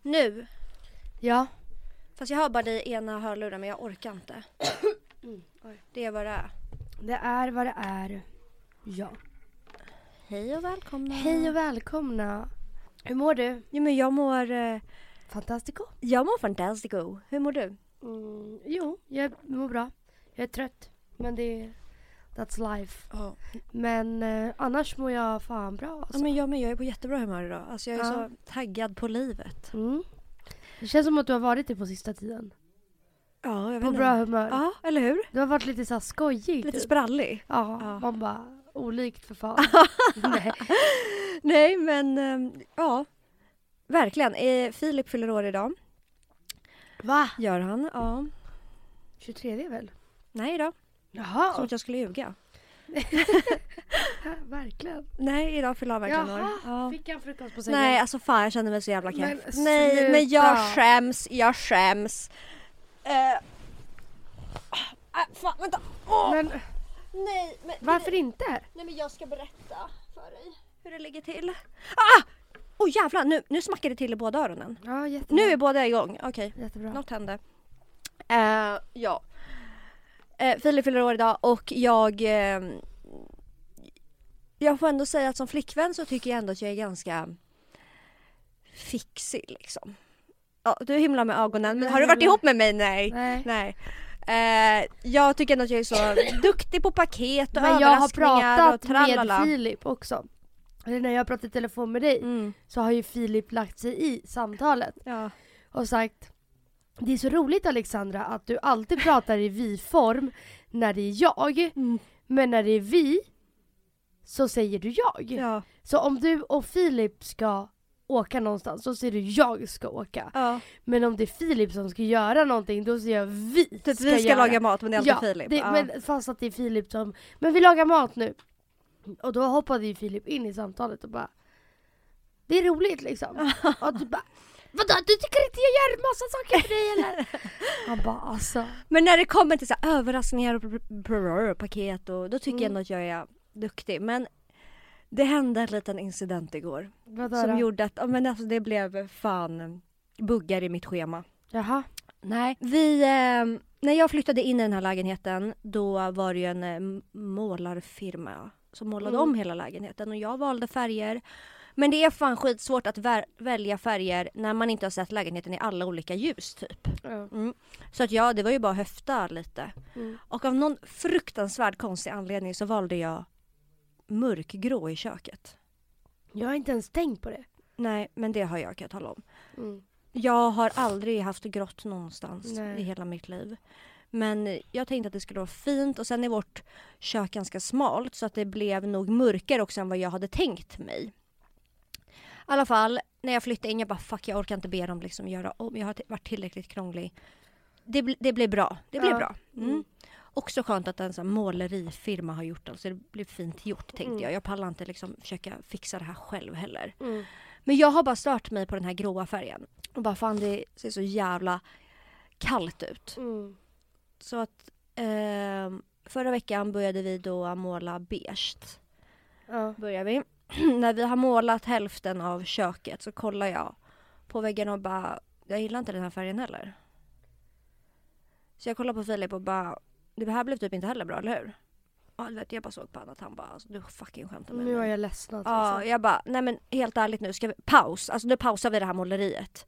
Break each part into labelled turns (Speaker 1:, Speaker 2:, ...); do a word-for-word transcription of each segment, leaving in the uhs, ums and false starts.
Speaker 1: Nu.
Speaker 2: Ja.
Speaker 1: Fast jag har bara det ena hörluren men jag orkar inte.
Speaker 2: Mm. Oj.
Speaker 1: Det är vad det är.
Speaker 2: Det är vad det är. Ja.
Speaker 1: Hej och välkomna.
Speaker 2: Hej och välkomna. Hur mår du?
Speaker 1: Jo men jag mår... Eh,
Speaker 2: Fantastico.
Speaker 1: jag mår fantastico. Hur mår du?
Speaker 2: Mm, jo, jag mår bra. Jag är trött. Men det är... That's life.
Speaker 1: Oh.
Speaker 2: Men eh, annars mår jag fan bra. Alltså.
Speaker 1: Ja men jag, men jag är på jättebra humör idag. Alltså jag är
Speaker 2: Ja.
Speaker 1: så taggad på livet.
Speaker 2: Mm. Det känns som att du har varit det på sista tiden.
Speaker 1: Ja, jag vet
Speaker 2: På
Speaker 1: inte.
Speaker 2: bra humör.
Speaker 1: Ja, eller hur?
Speaker 2: Du har varit lite så här skojig.
Speaker 1: Lite
Speaker 2: typ.
Speaker 1: sprallig.
Speaker 2: Ja,
Speaker 1: Ja.
Speaker 2: man bara olikt för fan. Nej.
Speaker 1: Nej men eh, ja. Verkligen. Eh, Filip fyller år idag.
Speaker 2: Va?
Speaker 1: Gör han? Ja.
Speaker 2: tjugotredje väl?
Speaker 1: Nej då.
Speaker 2: Jaha.
Speaker 1: Som att jag skulle ljuga.
Speaker 2: Ja, verkligen.
Speaker 1: Nej, idag fyller han verkligen
Speaker 2: Jaha.
Speaker 1: år. Ja.
Speaker 2: Fick han frukost på sängen?
Speaker 1: Nej, alltså fan jag känner mig så jävla keff.
Speaker 2: Men
Speaker 1: Nej,
Speaker 2: sluta.
Speaker 1: men jag skäms. Jag skäms. Eh. Ah, fan, vänta. Åh,
Speaker 2: Men
Speaker 1: nej, men
Speaker 2: varför inte?
Speaker 1: Nej, men jag ska berätta för dig hur det ligger till. Ah! Åh oh, jävlar, nu, nu smackar det till i båda öronen.
Speaker 2: Ja, jättebra.
Speaker 1: Nu är båda igång. Okej,
Speaker 2: Jättebra.
Speaker 1: något hände. Eh, ja. Eh, Filip fyller år idag och jag... Eh, jag får ändå säga att som flickvän så tycker jag ändå att jag är ganska fixig liksom. Ja, du himlar med ögonen. Men har du varit ihop med mig? Nej.
Speaker 2: Nej.
Speaker 1: Nej. Eh, jag tycker ändå att jag är så duktig på paket och
Speaker 2: Men jag har
Speaker 1: överraskningar
Speaker 2: pratat
Speaker 1: och tralala.
Speaker 2: med Filip också. Eller när jag har pratat i telefon med dig
Speaker 1: Mm.
Speaker 2: så har ju Filip lagt sig i samtalet
Speaker 1: Ja.
Speaker 2: och sagt: det är så roligt Alexandra att du alltid pratar i vi-form när det är jag,
Speaker 1: Mm.
Speaker 2: men när det är vi så säger du jag.
Speaker 1: Ja.
Speaker 2: Så om du och Filip ska åka någonstans så säger du jag ska åka.
Speaker 1: Ja.
Speaker 2: Men om det är Filip som ska göra någonting då säger jag vi
Speaker 1: Typ
Speaker 2: ska
Speaker 1: vi ska
Speaker 2: göra.
Speaker 1: laga mat men det är alltid
Speaker 2: Ja,
Speaker 1: Filip.
Speaker 2: det,
Speaker 1: Ja.
Speaker 2: men fast att det är Filip som, men vi lagar mat nu. Och då hoppade ju Filip in i samtalet och bara, det är roligt liksom. Och du bara, vadå, du tycker inte jag gör massa saker för dig eller? Han bara, alltså.
Speaker 1: Men när det kommer till så här överraskningar och pr- pr- paket och då tycker
Speaker 2: Mm.
Speaker 1: jag ändå att jag är duktig. Men det hände en liten incident igår
Speaker 2: Vadå
Speaker 1: som
Speaker 2: då?
Speaker 1: gjorde att ja, men alltså, det blev fan buggar i mitt schema.
Speaker 2: Jaha.
Speaker 1: Nej, vi, eh, när jag flyttade in i den här lägenheten då var det ju en eh, målarfirma som målade
Speaker 2: Mm.
Speaker 1: om hela lägenheten och jag valde färger. Men det är fan skitsvårt att vär- välja färger när man inte har sett lägenheten i alla olika ljus typ.
Speaker 2: Ja.
Speaker 1: Mm. Så att ja, det var ju bara att höfta lite.
Speaker 2: Mm.
Speaker 1: Och av någon fruktansvärd konstig anledning så valde jag mörkgrå i köket.
Speaker 2: Jag har inte ens tänkt på det.
Speaker 1: Nej, men det har jag, kan jag tala om.
Speaker 2: Mm.
Speaker 1: Jag har aldrig haft grått någonstans
Speaker 2: Nej.
Speaker 1: i hela mitt liv. Men jag tänkte att det skulle vara fint och sen är vårt kök ganska smalt så att det blev nog mörkare också än vad jag hade tänkt mig. I alla fall, när jag flyttade in jag bara fuck jag orkar inte be dem liksom göra om. Jag har t- varit tillräckligt krånglig. Det, bl- det blev bra. Det blev
Speaker 2: Ja.
Speaker 1: bra. Mm.
Speaker 2: Mm.
Speaker 1: Också skönt att en sån här målerifirma har gjort det så det blev fint gjort tänkte
Speaker 2: Mm.
Speaker 1: jag. Jag pallar inte liksom försöka fixa det här själv heller.
Speaker 2: Mm.
Speaker 1: Men jag har bara stört mig på den här gråa färgen. Och bara fan det ser så jävla kallt ut.
Speaker 2: Mm.
Speaker 1: Så att eh, förra veckan började vi då måla beige.
Speaker 2: Ja.
Speaker 1: Börjar vi. När vi har målat hälften av köket så kollar jag på väggen och bara, jag gillar inte den här färgen heller. Så jag kollar på Filip och bara, det här blev typ inte heller bra, eller hur? Ja, du vet, jag bara såg på honom att han bara, alltså, du fucking skämtar med
Speaker 2: Nu har
Speaker 1: mig.
Speaker 2: jag ledsnat.
Speaker 1: Ja,
Speaker 2: Alltså.
Speaker 1: jag bara, nej men helt ärligt nu, ska vi, paus. Alltså nu pausar vi det här måleriet.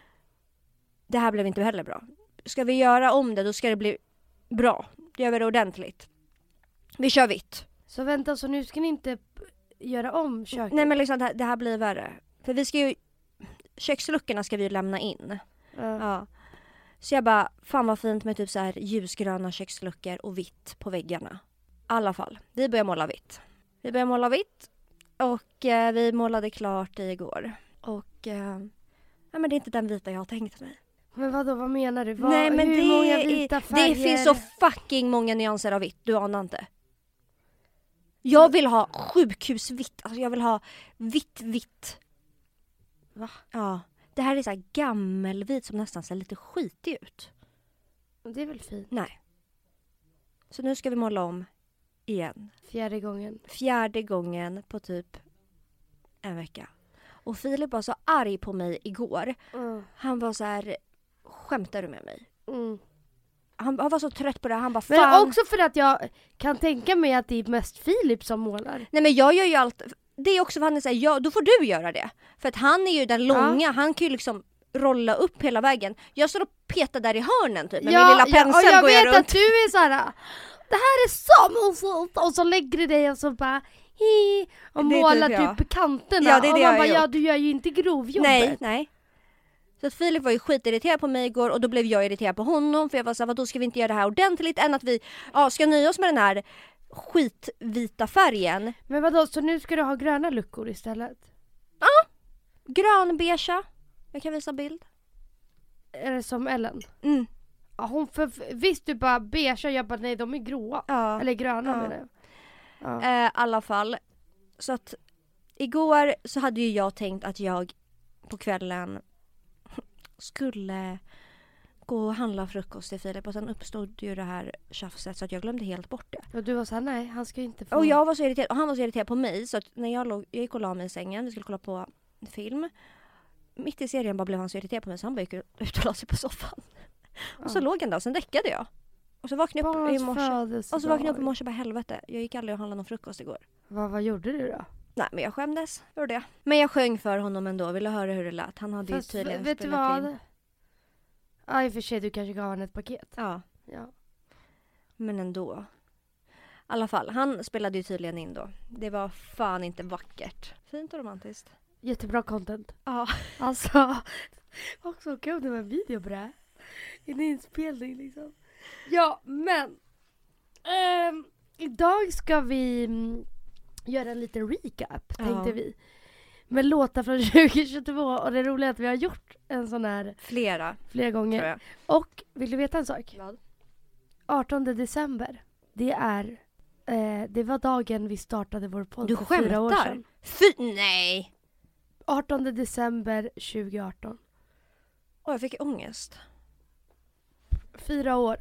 Speaker 1: Det här blev inte heller bra. Ska vi göra om det, då ska det bli bra. Det gör vi det ordentligt. Vi kör vitt.
Speaker 2: Så vänta, så nu ska ni inte p- göra om köket?
Speaker 1: Nej men liksom det här, det här blir värre. För vi ska ju, köksluckorna ska vi ju lämna in.
Speaker 2: Ja.
Speaker 1: Ja. Så jag bara, fan vad fint med typ så här ljusgröna köksluckor och vitt på väggarna. I alla fall, vi börjar måla vitt. Vi börjar måla vitt och eh, vi målade klart igår. Och eh, ja, men det är inte den vita jag har tänkt mig.
Speaker 2: Men vadå, vad menar du? Vad,
Speaker 1: Nej men
Speaker 2: hur
Speaker 1: det,
Speaker 2: många
Speaker 1: är,
Speaker 2: vita färger?
Speaker 1: det finns så fucking många nyanser av vitt, du anar inte. Jag vill ha sjukhusvitt, alltså jag vill ha vitt vitt.
Speaker 2: Va?
Speaker 1: Ja, det här är så här gammelvit som nästan ser lite skitig ut.
Speaker 2: Det är väl fint.
Speaker 1: Nej. Så nu ska vi måla om igen.
Speaker 2: Fjärde gången.
Speaker 1: Fjärde gången på typ en vecka. Och Filip bara så, arg på mig igår.
Speaker 2: Mm.
Speaker 1: Han var så här, skämtar du med mig?
Speaker 2: Mm.
Speaker 1: Han, han var så trött på det. Han bara, fan.
Speaker 2: Men också för att jag kan tänka mig att det är mest Filip som målar.
Speaker 1: Nej men jag gör ju allt. Det är också vad han säger, ja, då får du göra det. För att han är ju den långa, ja. Han kan ju liksom rolla upp hela vägen. Jag står och petar där i hörnen typ med
Speaker 2: ja,
Speaker 1: min lilla pensel.
Speaker 2: Ja, och jag
Speaker 1: går
Speaker 2: vet
Speaker 1: jag runt.
Speaker 2: att du är så här. Det här är som och, och så lägger du dig och så bara hi, och
Speaker 1: det
Speaker 2: målar
Speaker 1: typ,
Speaker 2: typ kanterna.
Speaker 1: Ja, det är det
Speaker 2: och man
Speaker 1: jag
Speaker 2: bara,
Speaker 1: har
Speaker 2: ja
Speaker 1: gjort.
Speaker 2: du gör ju inte grovjobbet.
Speaker 1: Nej, nej. Så att Filip var ju skitirriterad på mig igår och då blev jag irriterad på honom för jag var så här, då ska vi inte göra det här ordentligt än att vi ja, ska nöja oss med den här skitvita färgen.
Speaker 2: Men vadå, så nu ska du ha gröna luckor istället?
Speaker 1: Ja, grönbeige. Jag kan visa bild.
Speaker 2: Är det som Ellen?
Speaker 1: Mm.
Speaker 2: Ja, hon för, visst du bara beige och jag bara nej de är gråa.
Speaker 1: Ja.
Speaker 2: Eller gröna
Speaker 1: Ja.
Speaker 2: menar jag. Ja.
Speaker 1: I eh, alla fall. Så att igår så hade ju jag tänkt att jag på kvällen skulle gå och handla frukost till Filip och sen uppstod ju det här tjafset så att jag glömde helt bort det.
Speaker 2: Och du var såhär, nej han ska inte få...
Speaker 1: Och jag var så irriterad och han var så irriterad på mig så att när jag, låg, jag gick och la mig i sängen, vi skulle kolla på en film. Mitt i serien bara blev han så irriterad på mig så han bara gick ut och la sig på soffan. Ja. Och så låg han där och sen däckade jag. Och så vaknade jag upp i morse. Och så vaknade jag upp i morse och bara helvete. Jag gick aldrig och handlade någon frukost igår.
Speaker 2: Vad, vad gjorde du då?
Speaker 1: Nej men jag skämdes för det. Men jag sjöng för honom ändå, ville höra hur det lät. Han hade
Speaker 2: Fast,
Speaker 1: ju tydligen
Speaker 2: vet du
Speaker 1: spelat
Speaker 2: vad?
Speaker 1: in.
Speaker 2: Ja i och för sig, du kanske gav honom ett paket.
Speaker 1: Ja.
Speaker 2: Ja.
Speaker 1: Men ändå. I alla fall, han spelade ju tydligen in då. Det var fan inte vackert. Fint och romantiskt.
Speaker 2: Jättebra content.
Speaker 1: Ja.
Speaker 2: Alltså, också kul om det var en video på det här. En inspelning liksom. Ja, men. Ähm, idag ska vi mm, göra en liten recap,
Speaker 1: Ja.
Speaker 2: tänkte vi. Med låtar från tjugo tjugotvå. Och det roliga är att vi har gjort en sån här
Speaker 1: Flera,
Speaker 2: flera
Speaker 1: tror
Speaker 2: gånger.
Speaker 1: jag.
Speaker 2: Och vill du veta en sak?
Speaker 1: Vad?
Speaker 2: artonde december. Det är eh, det var dagen vi startade vår podd
Speaker 1: Du
Speaker 2: för fyra år
Speaker 1: skämtar?
Speaker 2: sedan.
Speaker 1: Fy, nej!
Speaker 2: artonde december tjugoarton.
Speaker 1: Åh, jag fick ångest.
Speaker 2: Fyra år.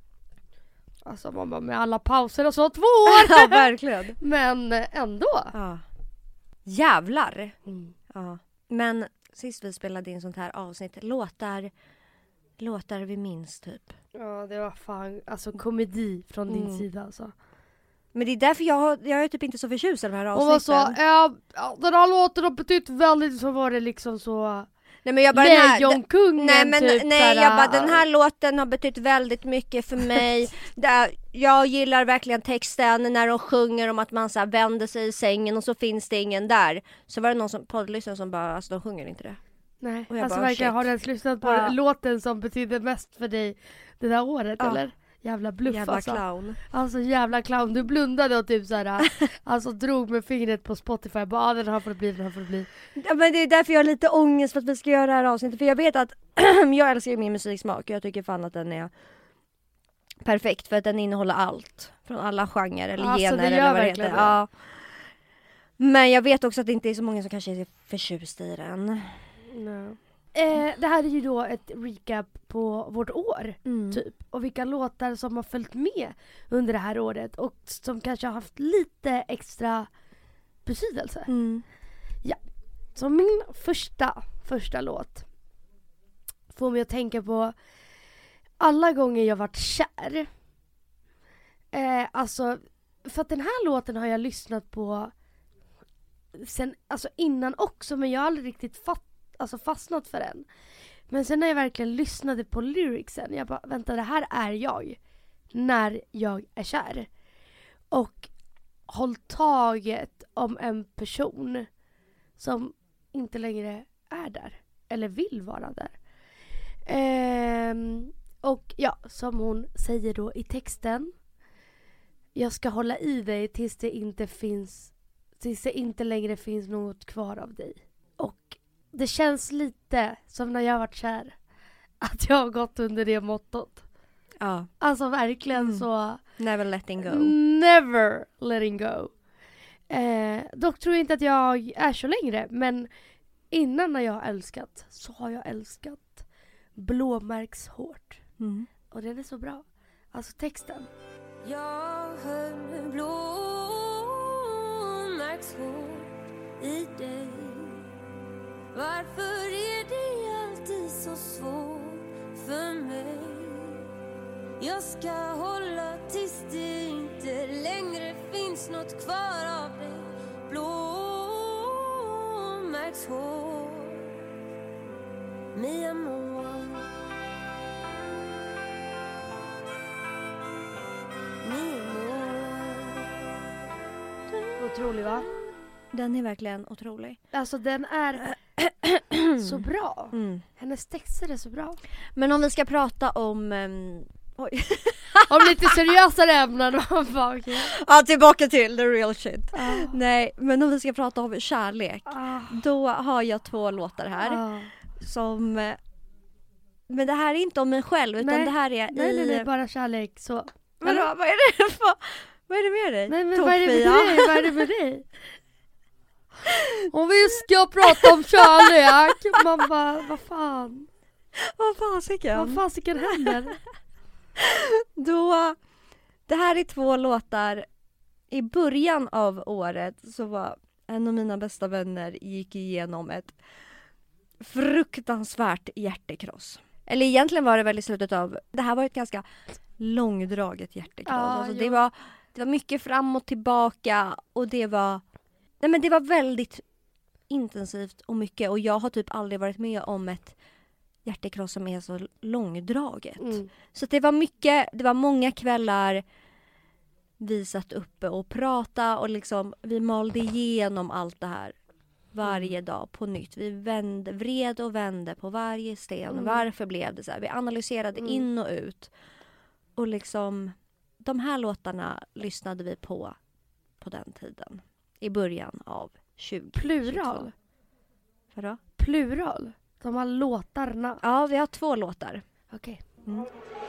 Speaker 2: Alltså man bara med alla pauser och så två år.
Speaker 1: Ja, verkligen.
Speaker 2: Men eh, ändå.
Speaker 1: Ja. Jävlar.
Speaker 2: Mm.
Speaker 1: Ja. Men sist vi spelade in sånt här avsnitt, låtar, låtar vi minns typ.
Speaker 2: Ja, det var fan alltså komedi från din
Speaker 1: Mm.
Speaker 2: sida alltså.
Speaker 1: Men det är därför jag, har- jag är typ inte så förtjust i de här
Speaker 2: Och var
Speaker 1: avsnitten.
Speaker 2: så, ja, ja, den här låten har betytt väldigt, så var det liksom så
Speaker 1: Nej men jag bara, den här,
Speaker 2: Lejonkungen
Speaker 1: nej men
Speaker 2: typ,
Speaker 1: nej
Speaker 2: såhär,
Speaker 1: jag bara, den här låten har betytt väldigt mycket för mig. Där, jag gillar verkligen texten när de sjunger om att man så här vänder sig i sängen och så finns det ingen där. Så var det någon som poddlyssnade som bara, alltså de sjunger inte det.
Speaker 2: Nej,
Speaker 1: Och jag
Speaker 2: alltså
Speaker 1: bara,
Speaker 2: verkligen,
Speaker 1: shit.
Speaker 2: har du ens lyssnat på
Speaker 1: Ja.
Speaker 2: låten som betyder mest för dig det där året
Speaker 1: Ja.
Speaker 2: eller? Jävla bluff
Speaker 1: Jävla
Speaker 2: alltså.
Speaker 1: clown.
Speaker 2: Alltså jävla clown, du blundade och typ såhär alltså drog med fingret på Spotify, bara ah, den här får det bli, den här får det bli.
Speaker 1: Ja, men det är därför jag har lite ångest för att vi ska göra det här avsnittet. För jag vet att jag älskar ju min musiksmak och jag tycker fan att den är perfekt. För att den innehåller allt. Från alla genrer eller
Speaker 2: Alltså,
Speaker 1: gener
Speaker 2: det
Speaker 1: eller
Speaker 2: gör
Speaker 1: vad det
Speaker 2: verkligen
Speaker 1: heter.
Speaker 2: det.
Speaker 1: Ja. Men jag vet också att det inte är så många som kanske är förtjusta i den.
Speaker 2: No. Eh, det här är ju då ett recap på vårt år
Speaker 1: Mm.
Speaker 2: typ. Och vilka låtar som har följt med under det här året och som kanske har haft lite extra betydelse.
Speaker 1: Mm.
Speaker 2: Så min första, första låt får mig att tänka på alla gånger jag varit kär. Eh, alltså, för att den här låten har jag lyssnat på sen, alltså innan också, men jag har aldrig riktigt fatt, alltså fastnat för den. Men sen när jag verkligen lyssnade på lyricsen, jag bara, vänta, det här är jag när jag är kär. Och håll taget om en person som inte längre är där. Eller vill vara där. Ehm, och ja, som hon säger då i texten. Jag ska hålla i dig tills det inte finns, tills det inte längre finns något kvar av dig. Och det känns lite som när jag har varit kär. Att jag har gått under det mottot.
Speaker 1: Ja.
Speaker 2: Alltså verkligen
Speaker 1: Mm.
Speaker 2: så.
Speaker 1: Never letting go.
Speaker 2: Never letting go. Eh, dock tror jag inte att jag är så längre. Men innan när jag har älskat så har jag älskat blåmärkshårt.
Speaker 1: Mm.
Speaker 2: Och den är så bra. Alltså texten.
Speaker 3: Jag höll blåmärkshår i dig Varför är det alltid så svårt för mig? Jag ska hålla tills det inte längre finns något kvar av dig. Blåmärkshår, mi amor, mi amor.
Speaker 2: Otrolig va?
Speaker 1: Den är verkligen otrolig.
Speaker 2: Alltså den är så bra.
Speaker 1: Mm.
Speaker 2: Hennes texter är så bra.
Speaker 1: Men om vi ska prata om... Um, oj.
Speaker 2: Om lite seriösare ämnen. Okay.
Speaker 1: Ja, tillbaka till the real shit.
Speaker 2: Ah.
Speaker 1: Nej, men om vi ska prata om kärlek.
Speaker 2: Ah.
Speaker 1: Då har jag två låtar här.
Speaker 2: Ah.
Speaker 1: Som... Men det här är inte om mig själv, utan
Speaker 2: nej.
Speaker 1: det här är
Speaker 2: nej,
Speaker 1: i...
Speaker 2: nej, nej, bara kärlek. Så.
Speaker 1: Men då, vad är det för... Vad är det med dig?
Speaker 2: Nej, men vad är det med
Speaker 1: Tofia?
Speaker 2: dig? Vad är det med dig? Om vi ska prata om kärlek. Man bara, vad fan?
Speaker 1: Vad fasiken?
Speaker 2: Vad fasiken händer?
Speaker 1: Då... Det här är två låtar. I början av året så var en av mina bästa vänner gick igenom ett fruktansvärt hjärtekross. Eller egentligen var det väl i slutet av... Det här var ett ganska långdraget hjärtekross.
Speaker 2: Ja,
Speaker 1: alltså det,
Speaker 2: jo.
Speaker 1: var, det var mycket fram och tillbaka. Och det var... Nej, men det var väldigt intensivt och mycket. Och jag har typ aldrig varit med om ett hjärtekross som är så långdraget.
Speaker 2: Mm.
Speaker 1: Så det var mycket... Det var många kvällar vi satt uppe och pratade. Och liksom vi malde igenom allt det här. Varje dag på nytt. Vi vände, vred och vände på varje sten.
Speaker 2: Mm.
Speaker 1: Varför blev det så här? Vi analyserade
Speaker 2: Mm.
Speaker 1: in och ut. Och liksom... De här låtarna lyssnade vi på på den tiden. I början av tjugo
Speaker 2: Plural.
Speaker 1: Vadå?
Speaker 2: Plural. De har låtarna.
Speaker 1: Ja, vi har två låtar.
Speaker 2: Okej.
Speaker 1: Mm.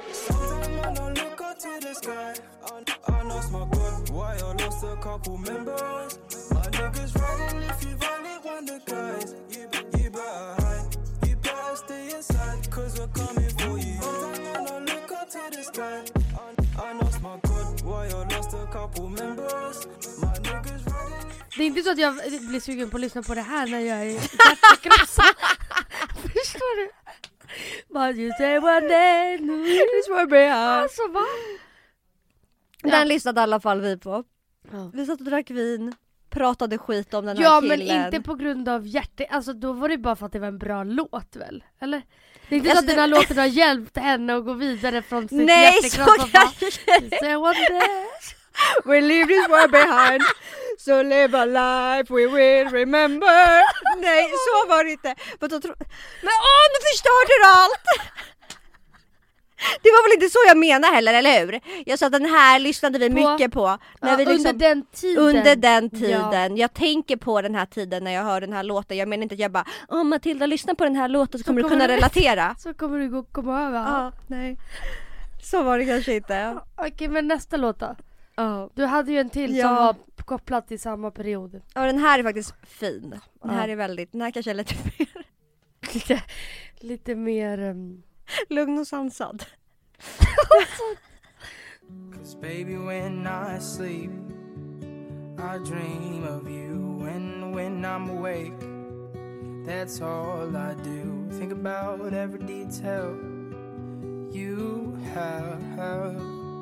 Speaker 2: Det är inte så att jag blir sugen på att lyssna på det här när jag är hjärtekrossad. Förstår du? But you say one day
Speaker 1: This will be hard.
Speaker 2: Alltså va?
Speaker 1: Den
Speaker 2: Ja.
Speaker 1: lyssnade i alla fall vi på.
Speaker 2: Ja.
Speaker 1: Vi satt och drack vin. Pratade skit om den här
Speaker 2: Ja
Speaker 1: killen.
Speaker 2: men inte på grund av hjärte. Alltså då var det bara för att det var en bra låt väl? Eller? Det är inte
Speaker 1: Alltså,
Speaker 2: så att den här låten har hjälpt henne att gå vidare från sitt
Speaker 1: Nej,
Speaker 2: hjärtekross.
Speaker 1: så
Speaker 2: och bara,
Speaker 1: kanske
Speaker 2: "You say one day."
Speaker 1: We leave this world behind. So live a life we will remember. Nej, så var det inte. Men, då tro... Men åh, nu förstörde du allt! Det var väl inte så jag menar heller, eller hur? Jag sa att den här lyssnade vi
Speaker 2: På-
Speaker 1: mycket på. När
Speaker 2: Ja,
Speaker 1: vi liksom...
Speaker 2: under den tiden.
Speaker 1: Under den tiden. Jag tänker på den här tiden när jag hör den här låten. Jag menar inte att jag bara, åh Matilda, lyssna på den här låten så,
Speaker 2: Så
Speaker 1: kommer du
Speaker 2: kommer
Speaker 1: kunna
Speaker 2: du-
Speaker 1: relatera.
Speaker 2: Så kommer du gå komma över.
Speaker 1: Ja, nej. Så var det kanske inte.
Speaker 2: Okej, men nästa låt då?
Speaker 1: Ja.
Speaker 2: Du hade ju en till
Speaker 1: Ja.
Speaker 2: som var kopplad till samma period.
Speaker 1: Ja, den här är faktiskt fin. Den
Speaker 2: Ja.
Speaker 1: här är väldigt, den här kanske är lite mer
Speaker 2: Lite, lite mer... Um...
Speaker 1: lugn och sansad.
Speaker 4: 'Cause baby when I sleep I dream of you, and when I'm awake that's all I do. Think about every detail you have.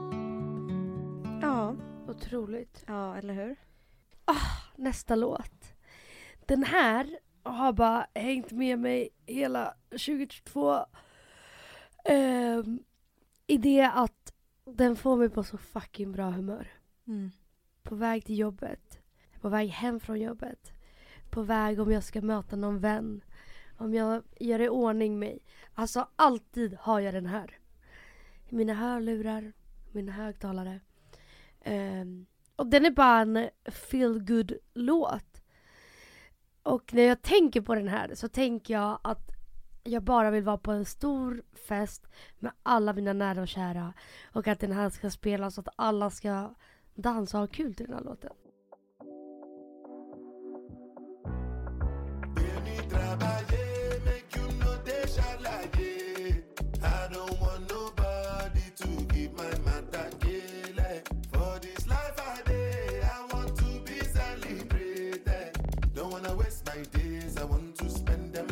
Speaker 1: Ja.
Speaker 2: Otroligt.
Speaker 1: Ja, eller hur?
Speaker 2: Nästa låt. Den här har bara hängt med mig hela tjugohundratjugotvå. Um, I det att den får mig på så fucking bra humör.
Speaker 1: Mm.
Speaker 2: På väg till jobbet. På väg hem från jobbet. På väg om jag ska möta någon vän. Om jag gör i ordning mig. Alltså alltid har jag den här. I mina hörlurar. Mina högtalare. Um, och den är bara en feel good låt. Och när jag tänker på den här så tänker jag att jag bara vill vara på en stor fest med alla mina nära och kära. Och att den här ska spelas så att alla ska dansa och ha kul till den här låten.
Speaker 5: Don't wanna waste my days, I want to spend them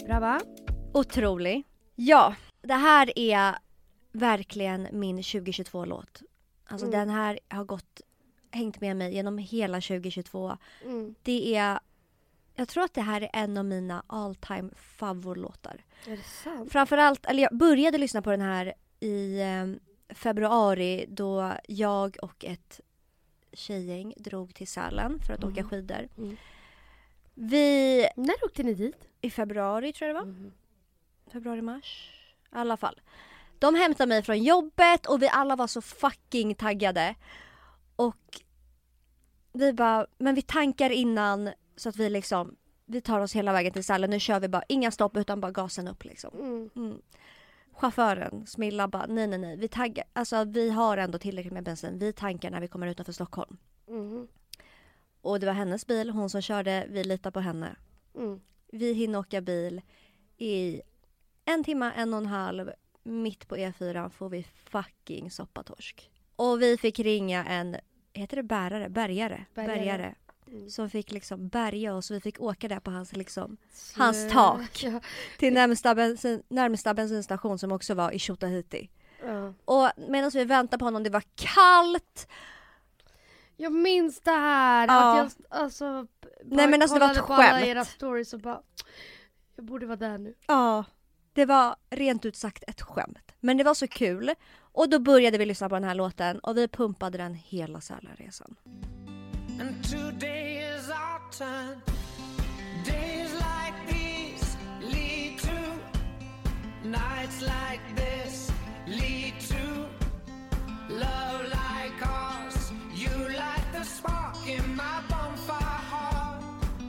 Speaker 2: siffra, va?
Speaker 1: Otrolig. Ja, det här är verkligen min tjugohundratjugotvå-låt. Alltså
Speaker 2: Mm.
Speaker 1: den här har gått, hängt med mig genom hela tjugohundratjugotvå.
Speaker 2: Mm.
Speaker 1: Det är, jag tror att det här är en av mina all time favoritlåtar.
Speaker 2: Är det sant?
Speaker 1: Framförallt, eller jag började lyssna på den här i eh, februari då jag och ett tjejgäng drog till Sälen för att
Speaker 2: Mm.
Speaker 1: åka skidor.
Speaker 2: Mm.
Speaker 1: Vi,
Speaker 2: När åkte ni dit?
Speaker 1: i februari tror jag det var.
Speaker 2: Mm.
Speaker 1: Februari, mars. I alla fall. De hämtade mig från jobbet och vi alla var så fucking taggade. Och vi bara, men vi tankar innan så att vi liksom, vi tar oss hela vägen till Sälen. Nu kör vi bara, inga stopp utan bara gasen upp liksom.
Speaker 2: Mm.
Speaker 1: Mm. Chauffören, Smilla, bara, nej nej nej, vi taggar, alltså vi har ändå tillräckligt med bensin. Vi tankar när vi kommer utanför Stockholm.
Speaker 2: Mm.
Speaker 1: Och det var hennes bil, hon som körde, vi litar på henne.
Speaker 2: Mm.
Speaker 1: Vi hinner åka bil i en timme, en och en halv. Mitt på E fyra får vi fucking soppatorsk. Och vi fick ringa en, heter det bärare? Bärgare?
Speaker 2: Bärgare.
Speaker 1: Bärgare.
Speaker 2: Mm.
Speaker 1: Som fick liksom bärga oss. Vi fick åka där på hans, liksom, hans tak.
Speaker 2: Ja.
Speaker 1: Till närmsta, bensin, närmsta bensinstation som också var i Tjotahejti.
Speaker 2: Ja.
Speaker 1: Och medan vi väntade på honom, det var kallt.
Speaker 2: Jag minns det här.
Speaker 1: Ja.
Speaker 2: Att jag alltså, b-
Speaker 1: Nej,
Speaker 2: bara
Speaker 1: men alltså, det var ett
Speaker 2: kollade på alla
Speaker 1: skämt.
Speaker 2: era stories och bara, jag borde vara där nu.
Speaker 1: Ja, det var rent ut sagt ett skämt. Men det var så kul. Och då började vi lyssna på den här låten. Och vi pumpade den hela Sälenresan.
Speaker 4: And today is our turn. Days like these lead to nights like this lead to love like ours. You light the spark in my bonfire heart.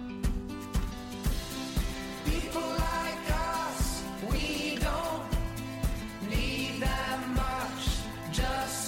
Speaker 4: People like us, we don't need that much. Just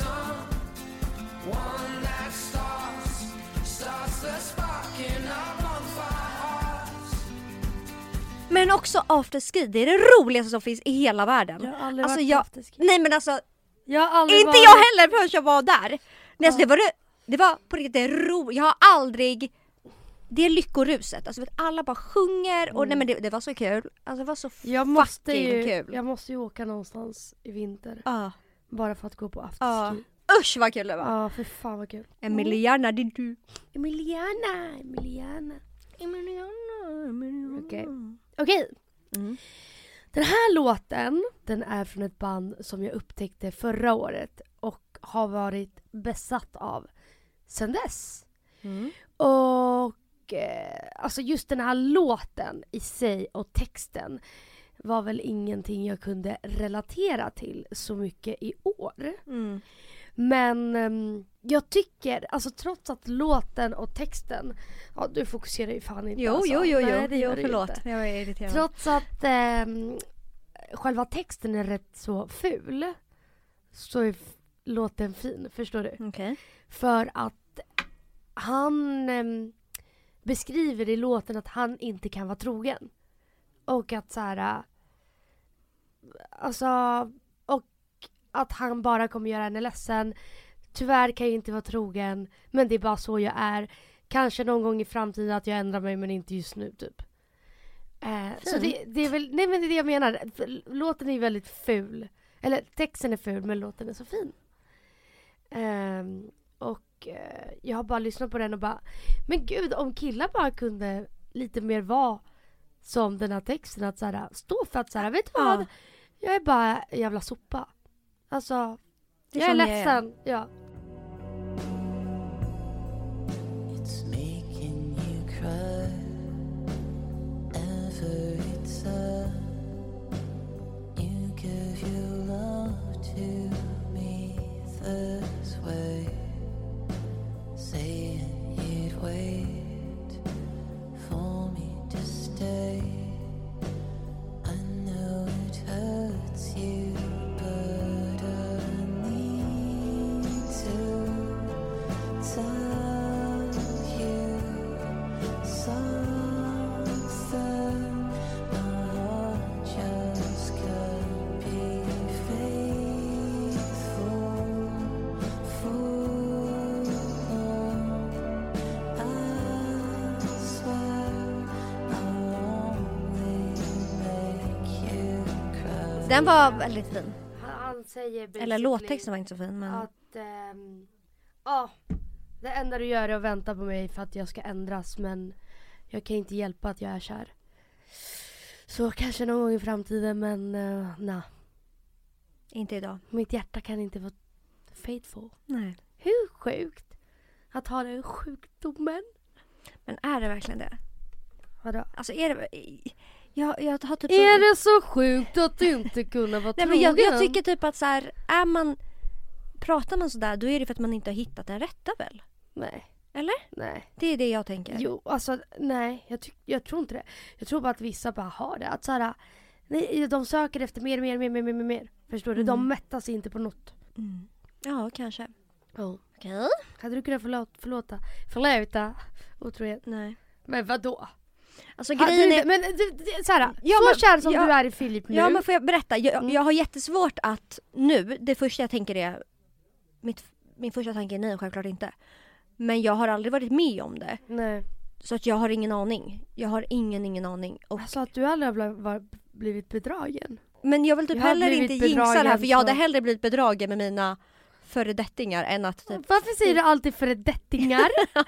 Speaker 4: someone that starts starts the spark in our bonfire hearts.
Speaker 1: Men också afterski, det är det roligaste som finns i hela världen.
Speaker 2: Jag har aldrig
Speaker 1: Alltså
Speaker 2: varit
Speaker 1: jag,
Speaker 2: på afterski.
Speaker 1: nej men alltså,
Speaker 2: Jag har aldrig
Speaker 1: inte
Speaker 2: varit...
Speaker 1: jag heller förrän jag var där. Nej, alltså, det, var det, det var på riktigt det ro, jag har aldrig, det är lyckoruset. Alltså vet, alla bara sjunger och
Speaker 2: Mm.
Speaker 1: nej men det, det var så kul. Alltså det var så
Speaker 2: Jag måste,
Speaker 1: fucking
Speaker 2: ju,
Speaker 1: kul.
Speaker 2: jag måste ju åka någonstans i vinter.
Speaker 1: Ja.
Speaker 2: Bara för att gå på
Speaker 1: Ja.
Speaker 2: afterski.
Speaker 1: Usch vad kul det var.
Speaker 2: Ja, för fan vad kul.
Speaker 1: Emiliana, det är du.
Speaker 2: Emiliana, Emiliana.
Speaker 1: Emiliana, Emiliana.
Speaker 2: Okej. Okej,
Speaker 1: Mm.
Speaker 2: den här låten, den är från ett band som jag upptäckte förra året och har varit besatt av sedan dess.
Speaker 1: Mm.
Speaker 2: Och eh, alltså just den här låten i sig och texten var väl ingenting jag kunde relatera till så mycket i år.
Speaker 1: Mm.
Speaker 2: Men ehm, jag tycker, alltså trots att låten och texten, ja du fokuserar ju fan inte
Speaker 1: Jo,
Speaker 2: alltså.
Speaker 1: jo, jo, jo,
Speaker 2: Nej, det
Speaker 1: jo
Speaker 2: gör du ju
Speaker 1: förlåt.
Speaker 2: inte.
Speaker 1: Jag är irriterad.
Speaker 2: Trots att ehm, själva texten är rätt så ful så är f- låten fin, förstår du?
Speaker 1: Okej.
Speaker 2: För att han ehm, beskriver i låten att han inte kan vara trogen. Och att så här, äh, alltså, och att han bara kommer göra henne ledsen. Tyvärr kan jag inte vara trogen, men det är bara så jag är. Kanske någon gång i framtiden att jag ändrar mig, men inte just nu typ. Eh, så det, det är väl, nej men det är det jag menar. Låten är väldigt ful. Eller texten är ful, men låten är så fin. Ehm, och eh, jag har bara lyssnat på den och bara, men gud, om killar bara kunde lite mer vara som den här texten, att så här, stå för att så här, vet du vad?
Speaker 1: Ja.
Speaker 2: Jag är bara en jävla sopa. Alltså,
Speaker 1: Det är
Speaker 2: jag är
Speaker 1: som jag är.
Speaker 2: ledsen. Ja.
Speaker 5: It's making you cry every time you give your love to me this way, saying you'd wait for me to stay. I know it hurts you, but I need
Speaker 1: Den var väldigt fin.
Speaker 2: Han, han säger basically
Speaker 1: Eller låttexten var inte så fin. Men...
Speaker 2: att ehm, ja, det enda du gör är att vänta på mig för att jag ska ändras, men jag kan inte hjälpa att jag är kär. Så kanske någon gång i framtiden, men uh, nej.
Speaker 1: Inte idag.
Speaker 2: Mitt hjärta kan inte vara faithful.
Speaker 1: Nej.
Speaker 2: Hur sjukt att ha den sjukdomen.
Speaker 1: Men är det verkligen det?
Speaker 2: Vadå?
Speaker 1: Alltså är det... Jag, jag har typ
Speaker 2: Är
Speaker 1: så...
Speaker 2: det så sjukt att inte kunna vara
Speaker 1: Nej,
Speaker 2: trogen?
Speaker 1: men jag, jag tycker typ att så här, är man... Pratar man sådär, då är det för att man inte har hittat den rätta väl?
Speaker 2: Nej.
Speaker 1: Eller?
Speaker 2: Nej.
Speaker 1: Det är det jag tänker.
Speaker 2: Jo, alltså nej. Jag, ty- jag tror inte det. Jag tror bara att vissa bara har det. Att så här, nej, de söker efter mer, mer, mer, mer, mer, mer. Förstår du?
Speaker 1: Mm.
Speaker 2: De mättas inte på något.
Speaker 1: Mm. Ja, kanske.
Speaker 2: Oh.
Speaker 1: Okej.
Speaker 2: Hade du kunnat förlåta, förlåta, förlåta otrohet?
Speaker 1: Nej.
Speaker 2: Men vadå?
Speaker 1: Alltså
Speaker 2: Hade
Speaker 1: grejen
Speaker 2: du,
Speaker 1: är...
Speaker 2: men du, du, Sara,
Speaker 1: Ja,
Speaker 2: så
Speaker 1: men-
Speaker 2: kär som
Speaker 1: ja,
Speaker 2: du är i Filip nu.
Speaker 1: Ja, men får jag berätta? Jag,
Speaker 2: Mm.
Speaker 1: jag har jättesvårt att nu, det första jag tänker är... Mitt, min första tanke är nej, självklart inte. Men jag har aldrig varit med om det.
Speaker 2: Nej.
Speaker 1: Så att jag har ingen aning. Jag har ingen, ingen aning. Och,
Speaker 2: Alltså att du aldrig har bl- var, blivit bedragen.
Speaker 1: men jag vill typ
Speaker 2: Jag har
Speaker 1: heller
Speaker 2: blivit
Speaker 1: inte jinxa det här.
Speaker 2: bedragen
Speaker 1: För jag hade
Speaker 2: så-
Speaker 1: hellre blivit bedragen med mina föredettingar än att typ...
Speaker 2: Varför säger du alltid föredettingar?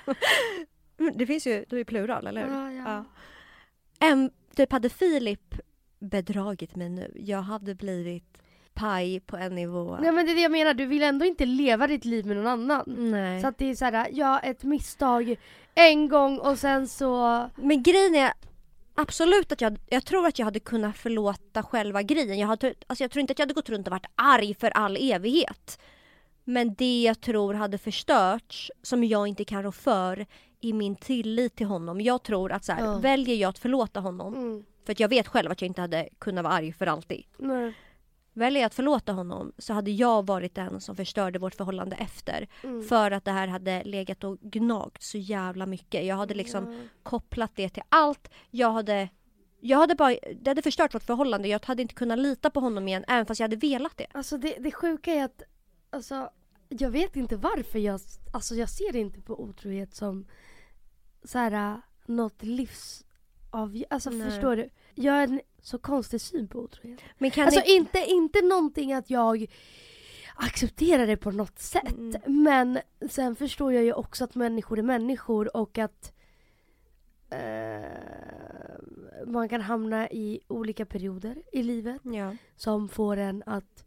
Speaker 1: Men det finns ju, då är plural, eller hur?
Speaker 2: Ja, ja.
Speaker 1: En, typ hade Filip bedragit mig nu. Jag hade blivit paj på en nivå.
Speaker 2: Nej, men det är det jag menar, du vill ändå inte leva ditt liv med någon annan.
Speaker 1: Nej.
Speaker 2: Så att det är såhär, ja, ett misstag en gång och sen så...
Speaker 1: Men grejen är absolut att jag, jag tror att jag hade kunnat förlåta själva grejen. Jag, hade, alltså jag tror inte att jag hade gått runt och varit arg för all evighet. Men det jag tror hade förstörts, som jag inte kan rå för, i min tillit till honom. Jag tror att så här,
Speaker 2: Ja.
Speaker 1: väljer jag att förlåta honom,
Speaker 2: Mm.
Speaker 1: för att jag vet själv att jag inte hade kunnat vara arg för alltid.
Speaker 2: Nej.
Speaker 1: Väljer jag att förlåta honom så hade jag varit den som förstörde vårt förhållande efter.
Speaker 2: Mm.
Speaker 1: För att det här hade legat och gnagt så jävla mycket. Jag hade liksom
Speaker 2: Ja.
Speaker 1: kopplat det till allt. Jag hade, jag hade bara, det hade förstört vårt förhållande. Jag hade inte kunnat lita på honom igen, även fast jag hade velat det.
Speaker 2: Alltså det, det sjuka är att, alltså, jag vet inte varför jag, alltså jag ser inte på otrohet som så här något livs av, alltså
Speaker 1: Nej.
Speaker 2: förstår du? Jag har en så konstig syn på otrohet.
Speaker 1: Men kan
Speaker 2: Alltså
Speaker 1: det,
Speaker 2: inte, inte någonting att jag accepterar det på något sätt.
Speaker 1: Mm.
Speaker 2: Men sen förstår jag ju också att människor är människor och att eh, man kan hamna i olika perioder i livet
Speaker 1: ja.
Speaker 2: som får en att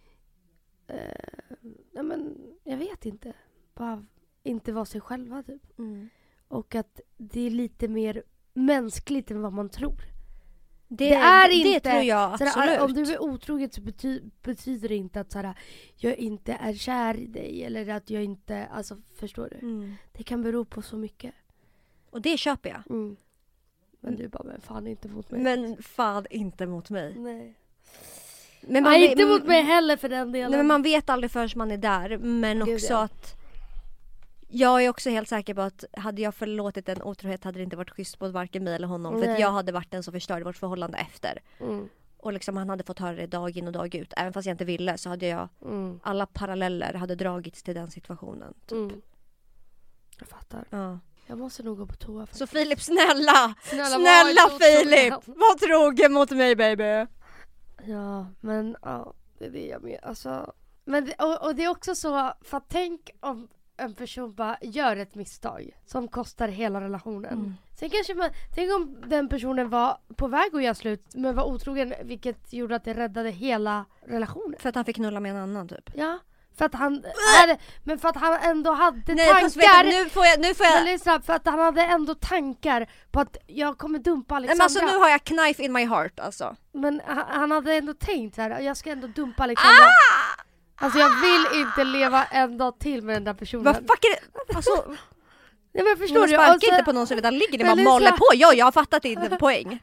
Speaker 2: eh, ja, men jag vet inte, bara inte vara sig själva typ.
Speaker 1: Mm.
Speaker 2: Och att det är lite mer mänskligt än vad man tror.
Speaker 1: Det,
Speaker 2: Det är
Speaker 1: det
Speaker 2: inte-
Speaker 1: tror jag
Speaker 2: Såhär,
Speaker 1: absolut.
Speaker 2: om du är otrogen så bety- betyder det inte att såhär, jag inte är kär i dig eller att jag inte, alltså förstår du?
Speaker 1: Mm.
Speaker 2: Det kan bero på så mycket.
Speaker 1: Och det köper jag.
Speaker 2: Mm. Men du bara, men fan inte mot mig.
Speaker 1: Men fan inte mot mig.
Speaker 2: Nej.
Speaker 1: Men
Speaker 2: Nej,
Speaker 1: vet-
Speaker 2: inte mot mig heller för den delen.
Speaker 1: Nej, men man vet aldrig förrän man är där. Men
Speaker 2: Gud,
Speaker 1: också
Speaker 2: ja.
Speaker 1: att jag är också helt säker på att hade jag förlåtit en otrohet hade det inte varit schysst mot varken mig eller honom. För att
Speaker 2: Nej.
Speaker 1: jag hade varit den som förstörde vårt förhållande efter.
Speaker 2: Mm.
Speaker 1: Och liksom han hade fått höra det dag in och dag ut. Även fast jag inte ville så hade jag,
Speaker 2: Mm.
Speaker 1: alla paralleller hade dragits till den situationen. Typ.
Speaker 2: Mm. Jag fattar.
Speaker 1: Ja.
Speaker 2: Jag måste nog gå på toa faktiskt.
Speaker 1: Så Filip, snälla!
Speaker 2: Snälla,
Speaker 1: Snälla,
Speaker 2: var inte
Speaker 1: Filip!
Speaker 2: otrogen.
Speaker 1: Var trogen mot mig, baby!
Speaker 2: Ja, men ja, det är det jag menar. Alltså, men det, och, och det är också så, för att tänk om en person bara gör ett misstag som kostar hela relationen.
Speaker 1: Mm.
Speaker 2: Sen kanske man, tänk om den personen var på väg att göra slut men var otrogen, vilket gjorde att det räddade hela relationen.
Speaker 1: För att han fick knulla med en annan typ.
Speaker 2: Ja, för att han hade, men för att han ändå hade
Speaker 1: Nej, fast vet
Speaker 2: tankar.
Speaker 1: du, nu får jag... Nu får jag
Speaker 2: Men lyssna, för att han hade ändå tankar på att jag kommer dumpa
Speaker 1: Nej,
Speaker 2: Alexandra.
Speaker 1: men alltså nu har jag knife in my heart alltså.
Speaker 2: Men han, han hade ändå tänkt så här, jag ska ändå dumpa Alexandra.
Speaker 1: Ah!
Speaker 2: Alltså jag vill inte leva en dag till med den där personen.
Speaker 1: Vad fuck är det? Alltså,
Speaker 2: Ja, men förstår
Speaker 1: man
Speaker 2: du?
Speaker 1: sparkar
Speaker 2: Och så-
Speaker 1: inte på någon som redan ligger,
Speaker 2: Men
Speaker 1: man
Speaker 2: Lisa-
Speaker 1: maler på. Ja, jag har fattat din poäng.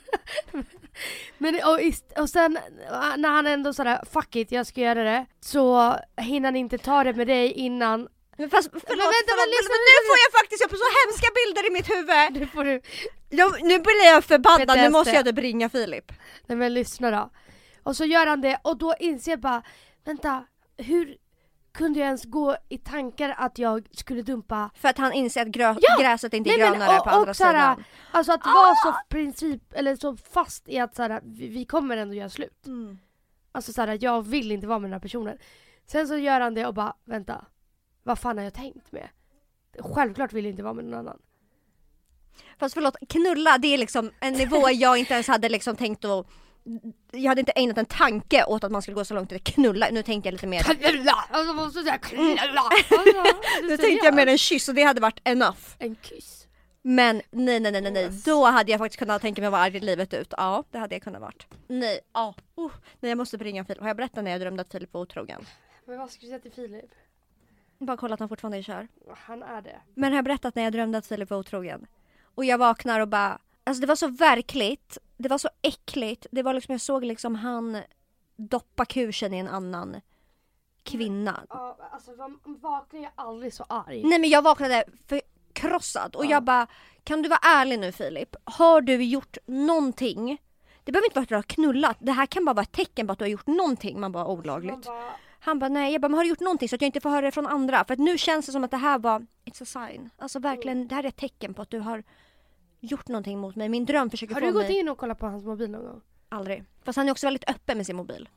Speaker 2: Men och, ist- och sen när han ändå sådär, fuck it, jag ska göra det. Så hinner han inte ta det med dig innan.
Speaker 1: Men fast, förlåt,
Speaker 2: Men vänta,
Speaker 1: förlåt,
Speaker 2: men lyssna,
Speaker 1: men nu får jag faktiskt, jag får så hemska bilder i mitt huvud.
Speaker 2: Nu får du,
Speaker 1: Jag, nu blir jag förbannad,
Speaker 2: P T S D.
Speaker 1: nu måste jag typ ringa Filip.
Speaker 2: nej men lyssna då. Och så gör han det och då inser jag bara, vänta, hur kunde jag ens gå i tankar att jag skulle dumpa?
Speaker 1: För att han inser att grö-
Speaker 2: Ja!
Speaker 1: gräset inte är
Speaker 2: Nej, men,
Speaker 1: grönare
Speaker 2: och-
Speaker 1: på andra
Speaker 2: och såhär,
Speaker 1: sidan.
Speaker 2: Alltså att vara så princip, eller så fast i att såhär, vi, vi kommer ändå göra slut.
Speaker 1: Mm.
Speaker 2: Alltså så här, jag vill inte vara med den här personen. Sen så gör han det och bara, vänta. Vad fan har jag tänkt med? Självklart vill jag inte vara med någon annan.
Speaker 1: Fast förlåt, knulla, det är liksom en nivå jag inte ens hade liksom tänkt att... Jag hade inte ägnat en tanke åt att man skulle gå så långt till knulla. Nu tänkte jag lite mer...
Speaker 2: Knulla! Alltså måste säga knulla! Alltså,
Speaker 1: nu tänkte jag mer en kyss och det hade varit enough.
Speaker 2: En kyss?
Speaker 1: Men nej, nej, nej, nej, nej. Då hade jag faktiskt kunnat tänka mig att vara arg livet ut. Ja, det hade jag kunnat varit. Nej, ja. Oh. Nej, jag måste ringa Filip. Har jag berättat när jag drömde att Filip var otrogen?
Speaker 2: Men vad ska du säga till Filip?
Speaker 1: Bara kolla att han fortfarande är kär.
Speaker 2: Han är det.
Speaker 1: Men har jag berättat när jag drömde att Filip var otrogen? Och jag vaknar och bara... Alltså det var så verkligt. Det var så äckligt. Det var liksom, jag såg liksom han doppa kusen i en annan kvinna.
Speaker 2: Ja, alltså man vaknar jag aldrig så arg.
Speaker 1: Nej, men jag vaknade förkrossad. Och ja. jag bara, kan du vara ärlig nu Filip? Har du gjort någonting? Det behöver inte vara att du har knullat. Det här kan bara vara ett tecken på att du har gjort någonting. Man bara, olagligt. Man bara... Han bara, nej, jag bara, men har du gjort någonting så att jag inte får höra det från andra? För att nu känns det som att det här var, it's a sign. Alltså verkligen, mm. det här är ett tecken på att du har gjort någonting mot mig. Min dröm försöker få mig...
Speaker 2: Har du gått in och kollat på hans mobil någon gång?
Speaker 1: Aldrig. Fast han är också väldigt öppen med sin mobil.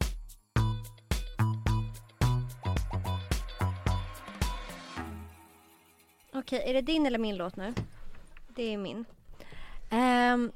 Speaker 1: Okej, är det din eller min låt nu? Det är min. Um,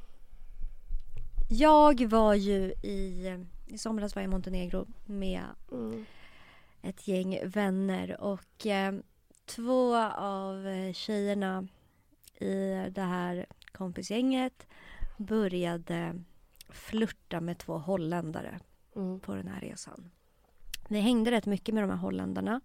Speaker 1: jag var ju i... I somras var jag i Montenegro med mm. ett gäng vänner. Och eh, två av tjejerna i det här kompisgänget började flirta med två holländare mm. på den här resan. Vi hängde rätt mycket med de här holländarna.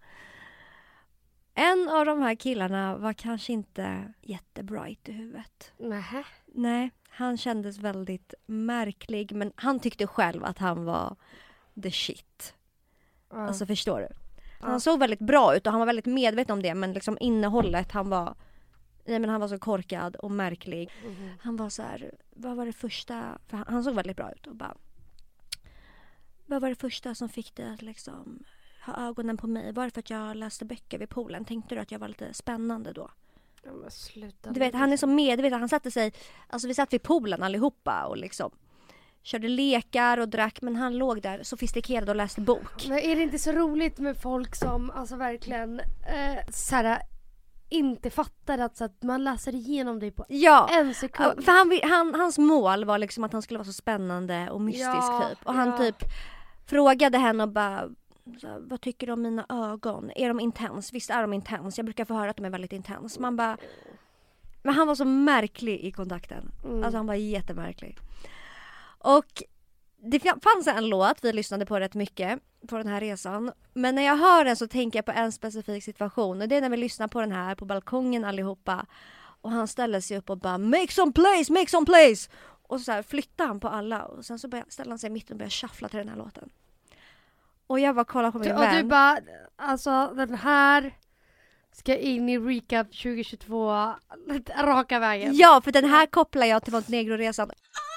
Speaker 1: En av de här killarna var kanske inte jättebright i huvudet.
Speaker 2: Nähä.
Speaker 1: Nej, han kändes väldigt märklig. Men han tyckte själv att han var the shit. Mm. Alltså förstår du? Han mm. såg väldigt bra ut och han var väldigt medveten om det. Men liksom innehållet, han var... Nej, men han var så korkad och märklig. Mm. Han var så här, vad var det första... För han, han såg väldigt bra ut och bara... Vad var det första som fick dig att liksom ha ögonen på mig? Var det för att jag läste böcker vid poolen? Tänkte du att jag var lite spännande då?
Speaker 2: Ja, men sluta.
Speaker 1: Du vet, han är så medveten. Han satte sig... Alltså vi satt vid poolen allihopa och liksom... Körde lekar och drack. Men han låg där sofistikerad och läste bok.
Speaker 2: Men är det inte så roligt med folk som alltså verkligen... Eh, såhär... inte fattar att, så att man läser igenom dig på
Speaker 1: ja,
Speaker 2: en sekund.
Speaker 1: För han, han, hans mål var liksom att han skulle vara så spännande och mystisk
Speaker 2: ja,
Speaker 1: typ. Och han
Speaker 2: ja.
Speaker 1: typ frågade henne och bara, vad tycker du om mina ögon? Är de intens? Visst är de intens? Jag brukar få höra att de är väldigt intens. Man bara, men han var så märklig i kontakten. Mm. Alltså han var jättemärklig. Och det fanns en låt vi lyssnade på rätt mycket på den här resan. Men när jag hör den så tänker jag på en specifik situation. Och det är när vi lyssnar på den här på balkongen allihopa. Och han ställer sig upp och bara, make some place, make some place. Och så här flyttar han på alla. Och sen så börjar, ställer han sig i mitten och börjar shuffla till den här låten. Och jag bara kollar på min
Speaker 2: du,
Speaker 1: vän.
Speaker 2: Och du bara, alltså den här ska in i recap tjugohundratjugotvå raka vägen.
Speaker 1: Ja, för den här kopplar jag till Montenegro-resan.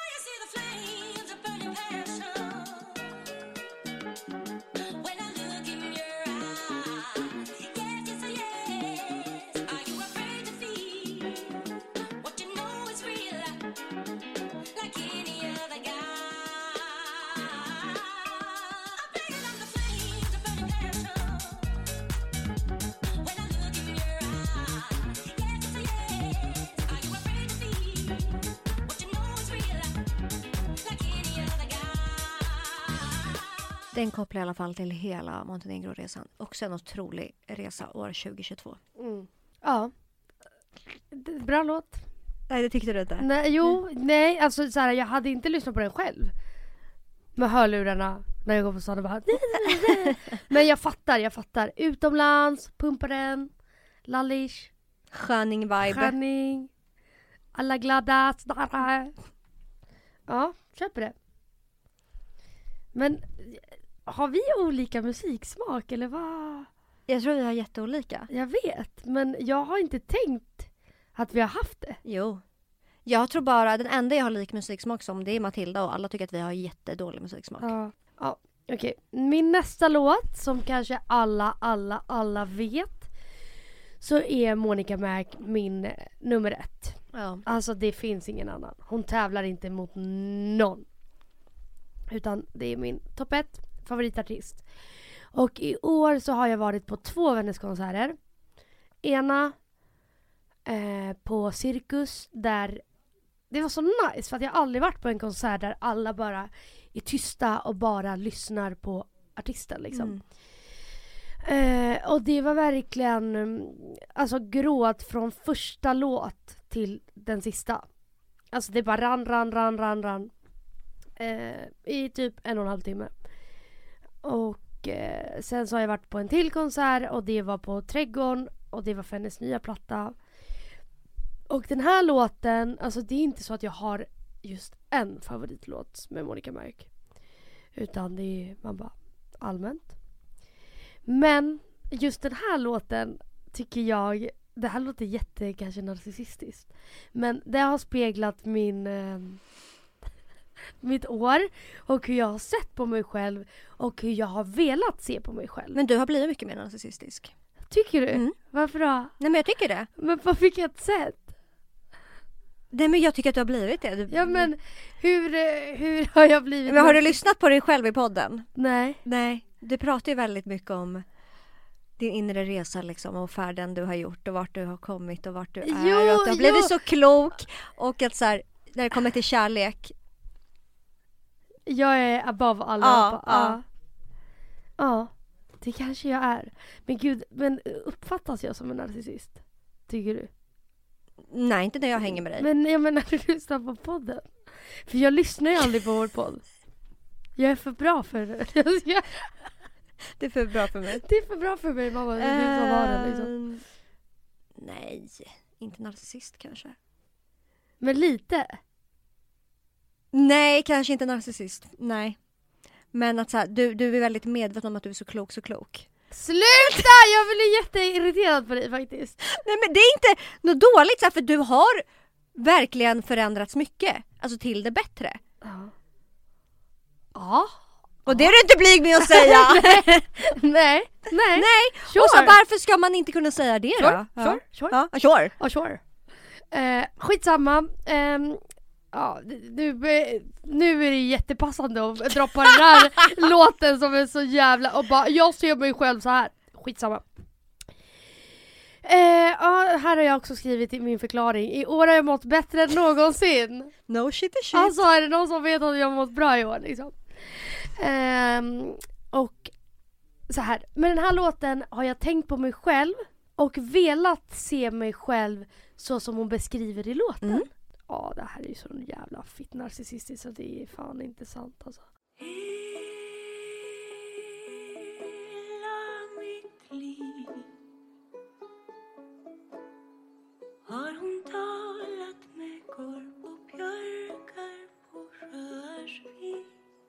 Speaker 1: Den kopplar i alla fall till hela Montenegro-resan. Också en otrolig resa år tjugohundratjugotvå.
Speaker 2: Mm. Ja. Bra låt.
Speaker 1: Nej, det tyckte du inte.
Speaker 2: Nej, jo, mm. nej. Alltså så här, jag hade inte lyssnat på den själv. Med hörlurarna. När jag går på stan och bara... Men jag fattar, jag fattar. Utomlands, pumpa den. Lallish.
Speaker 1: Sköning vibe.
Speaker 2: Sköning. Alla glada. Ja, köper det. Men... Har vi olika musiksmak eller vad?
Speaker 1: Jag tror vi har jätteolika.
Speaker 2: Jag vet, men jag har inte tänkt att vi har haft det.
Speaker 1: Jo. Jag tror bara, den enda jag har lik musiksmak som, det är Matilda och alla tycker att vi har jättedålig musiksmak.
Speaker 2: Ja, ja okej. Okay. Min nästa låt, som kanske alla, alla, alla vet, så är Monica Mac min nummer ett.
Speaker 1: Ja.
Speaker 2: Alltså det finns ingen annan. Hon tävlar inte mot någon. Utan det är min topp ett. favoritartist. Och i år så har jag varit på två vänners konserter. Ena eh, på Cirkus där det var så nice för att jag aldrig varit på en konsert där alla bara är tysta och bara lyssnar på artisten liksom.
Speaker 1: Mm.
Speaker 2: Eh, och det var verkligen mm, alltså gråt från första låt till den sista. Alltså det bara rann, rann, rann, rann, rann. Eh, I typ en och en halv timme. Och eh, sen så har jag varit på en till konsert och det var på Trädgården och det var för hennes nya platta. Och den här låten, alltså det är inte så att jag har just en favoritlåt med Monica Mörk. Utan det är man bara allmänt. Men just den här låten tycker jag, det här låter jätte kanske narcissistiskt. Men det har speglat min eh, mitt år och hur jag har sett på mig själv och hur jag har velat se på mig själv.
Speaker 1: Men du har blivit mycket mer narcissistisk.
Speaker 2: Tycker du?
Speaker 1: Mm.
Speaker 2: Varför då?
Speaker 1: Nej men jag tycker det.
Speaker 2: Men på vilket sätt?
Speaker 1: Nej men jag tycker att du har blivit det. Du...
Speaker 2: Ja men hur, eh, hur har jag blivit?
Speaker 1: Men har du lyssnat på dig själv i podden?
Speaker 2: Nej.
Speaker 1: Nej, du pratar ju väldigt mycket om din inre resa liksom och färden du har gjort och vart du har kommit och vart du är
Speaker 2: Jo,
Speaker 1: och att du har blivit
Speaker 2: jo.
Speaker 1: så klok och att så här, när det kommer till kärlek.
Speaker 2: Jag är above alla.
Speaker 1: Ja,
Speaker 2: ja.
Speaker 1: ja.
Speaker 2: Ja, det kanske jag är. Men gud, men uppfattas jag som en narcissist? Tycker du?
Speaker 1: Nej, inte när jag hänger med dig.
Speaker 2: Men jag menar när du lyssnar på podden. För jag lyssnar ju aldrig på vår podd. Jag är för bra för det. Jag-
Speaker 1: Det är för bra för mig.
Speaker 2: Det är för bra för mig, mamma. Det är du som har den liksom.
Speaker 1: Ehm, Nej, inte narcissist kanske.
Speaker 2: Men lite.
Speaker 1: Nej, kanske inte narcissist. Nej. Men att så här, du, du är väldigt medveten om att du är så klok, så klok.
Speaker 2: Sluta! Jag blir jätteirriterad på dig faktiskt.
Speaker 1: Nej men det är inte något dåligt så här, för du har verkligen förändrats mycket. Alltså till det bättre.
Speaker 2: Ja. Ja.
Speaker 1: Och det är du inte blyg med att säga.
Speaker 2: Nej. Nej.
Speaker 1: Nej.
Speaker 2: Sure.
Speaker 1: Och så varför ska man inte kunna säga det då?
Speaker 2: Sure,
Speaker 1: Ja.
Speaker 2: sure, sure.
Speaker 1: Ja, sure.
Speaker 2: Ja, sure. Eh, skitsamma. Ehm, ja, nu, eh, nu är det jättepassande att droppa den här låten som är så jävla... Och bara, jag ser mig själv så här. Skitsamma. Eh, ja, här har jag också skrivit i min förklaring. I år har jag mått bättre än någonsin.
Speaker 1: No shit is shit.
Speaker 2: Alltså är det någon som vet att jag har mått bra i år liksom. Ehm, och så här. Med den här låten har jag tänkt på mig själv och velat se mig själv så som hon beskriver i låten.
Speaker 1: Mm.
Speaker 2: Ja, det här är ju så jävla fitt narcissistiskt så det är fan inte sant alltså.
Speaker 3: Hela mitt liv har hon talat med korp och björkar på sjöars vis.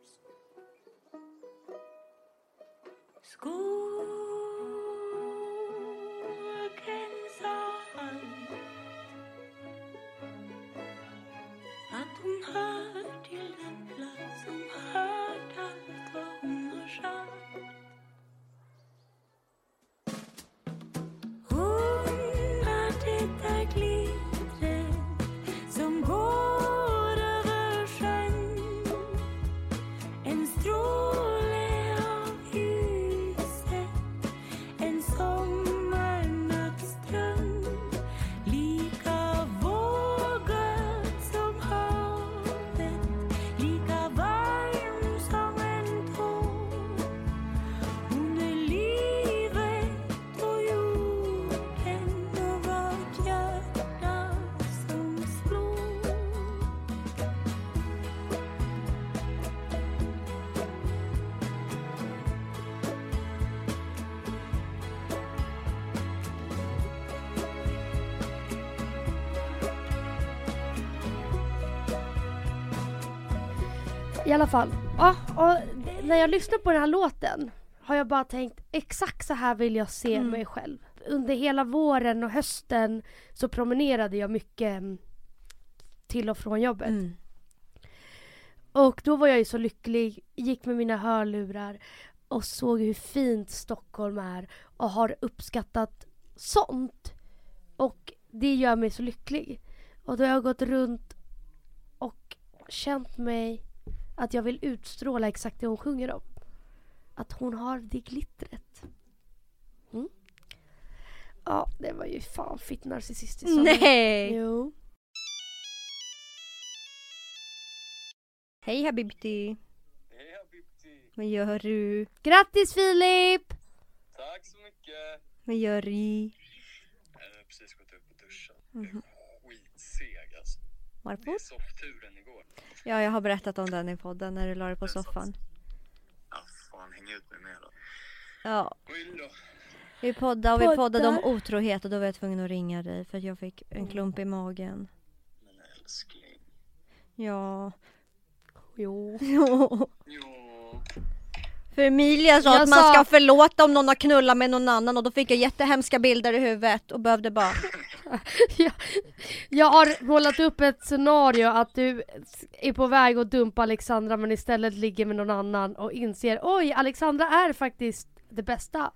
Speaker 3: Skogen sa allt, att hon hör till den plats som hört allt vad hon har sagt. Hon har det där glittret som går över sjön, en stråle av ljuset, en sommarnattsdröm, lika vågad som havet, lika varm som en tår. Hon är livet och jorden och vårt hjärta som slår.
Speaker 2: I alla fall. Ja, och när jag lyssnar på den här låten har jag bara tänkt exakt så här vill jag se
Speaker 1: Mm.
Speaker 2: mig själv. Under hela våren och hösten så promenerade jag mycket mm, till och från jobbet.
Speaker 1: Mm.
Speaker 2: Och då var jag ju så lycklig, gick med mina hörlurar och såg hur fint Stockholm är och har uppskattat sånt. Och det gör mig så lycklig. Och då har jag gått runt och känt mig att jag vill utstråla exakt det hon sjunger om. att hon har det glittret. Mm. Ja, det var ju fan fitt narcissistiskt.
Speaker 1: Nej!
Speaker 2: Jo.
Speaker 1: Hej Habibti.
Speaker 6: Hej Habibti.
Speaker 1: Vad gör du?
Speaker 2: Grattis Filip!
Speaker 6: Tack så mycket.
Speaker 1: Vad gör du?
Speaker 6: Jag har precis gått upp och duschat. Jag är skitseg alltså. Det
Speaker 1: Varför?
Speaker 6: är soffturen igår.
Speaker 1: Ja, jag har berättat om den i podden när du la dig på soffan.
Speaker 6: Ja, fan, häng ut mig med då.
Speaker 1: Ja,
Speaker 6: Oj då.
Speaker 1: vi poddade och vi poddade om
Speaker 2: Poddar.
Speaker 1: otrohet och då var jag tvungen att ringa dig för att jag fick en klump i magen.
Speaker 6: Men älskling.
Speaker 1: Ja.
Speaker 2: Jo.
Speaker 6: Jo.
Speaker 1: För Emilia sa
Speaker 2: Jag
Speaker 1: att man
Speaker 2: sa-
Speaker 1: ska förlåta om någon har knullat med någon annan och då fick jag jättehemska bilder i huvudet och behövde bara...
Speaker 2: jag, jag har målat upp ett scenario att du är på väg att dumpa Alexandra men istället ligger med någon annan och inser oj, Alexandra är faktiskt det bästa.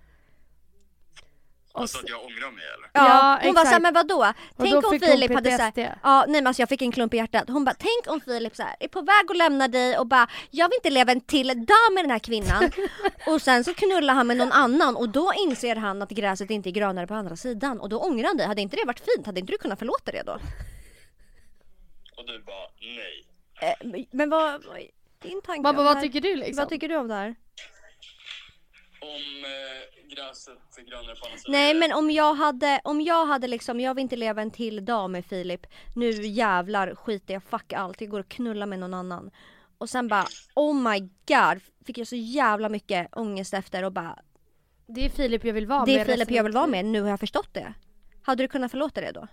Speaker 2: Och
Speaker 6: Alltså
Speaker 2: s-
Speaker 6: att jag ångrar mig eller?
Speaker 1: Ja,
Speaker 2: Ja,
Speaker 1: hon var
Speaker 2: exakt.
Speaker 1: såhär, men vadå?
Speaker 2: Och
Speaker 1: Tänk
Speaker 2: då
Speaker 1: om
Speaker 2: fick hon
Speaker 1: Filip hade såhär,
Speaker 2: P T S D.
Speaker 1: ja nej men alltså jag fick en klump i hjärtat. Hon bara, tänk om Filip såhär är på väg att lämna dig och bara, jag vill inte leva en till dag med den här kvinnan. Och sen så knullar han med någon annan och då inser han att gräset inte är grönare på andra sidan. Och då ångrar han dig, hade inte det varit fint? Hade inte du kunnat förlåta det då?
Speaker 6: Och du bara, nej.
Speaker 1: Eh, men vad, vad är din tanke
Speaker 2: Mamma,
Speaker 1: om
Speaker 2: vad
Speaker 1: det här?
Speaker 2: tycker du liksom?
Speaker 1: Vad tycker du om det här?
Speaker 6: Om eh, gräset är grönare på andra sidan.
Speaker 1: Nej men om jag hade, om jag hade liksom, jag vill inte leva en till dag med Filip. Nu jävlar skiter jag, fuck allt, jag går och knullar med någon annan. Och sen bara, oh my god, fick jag så jävla mycket ångest efter och bara,
Speaker 2: Det är Filip jag vill vara
Speaker 1: det är
Speaker 2: med.
Speaker 1: Filip
Speaker 2: resten
Speaker 1: jag
Speaker 2: av
Speaker 1: vill
Speaker 2: mitt
Speaker 1: vara
Speaker 2: liv.
Speaker 1: med, nu har jag förstått det. Hade du kunnat förlåta det då?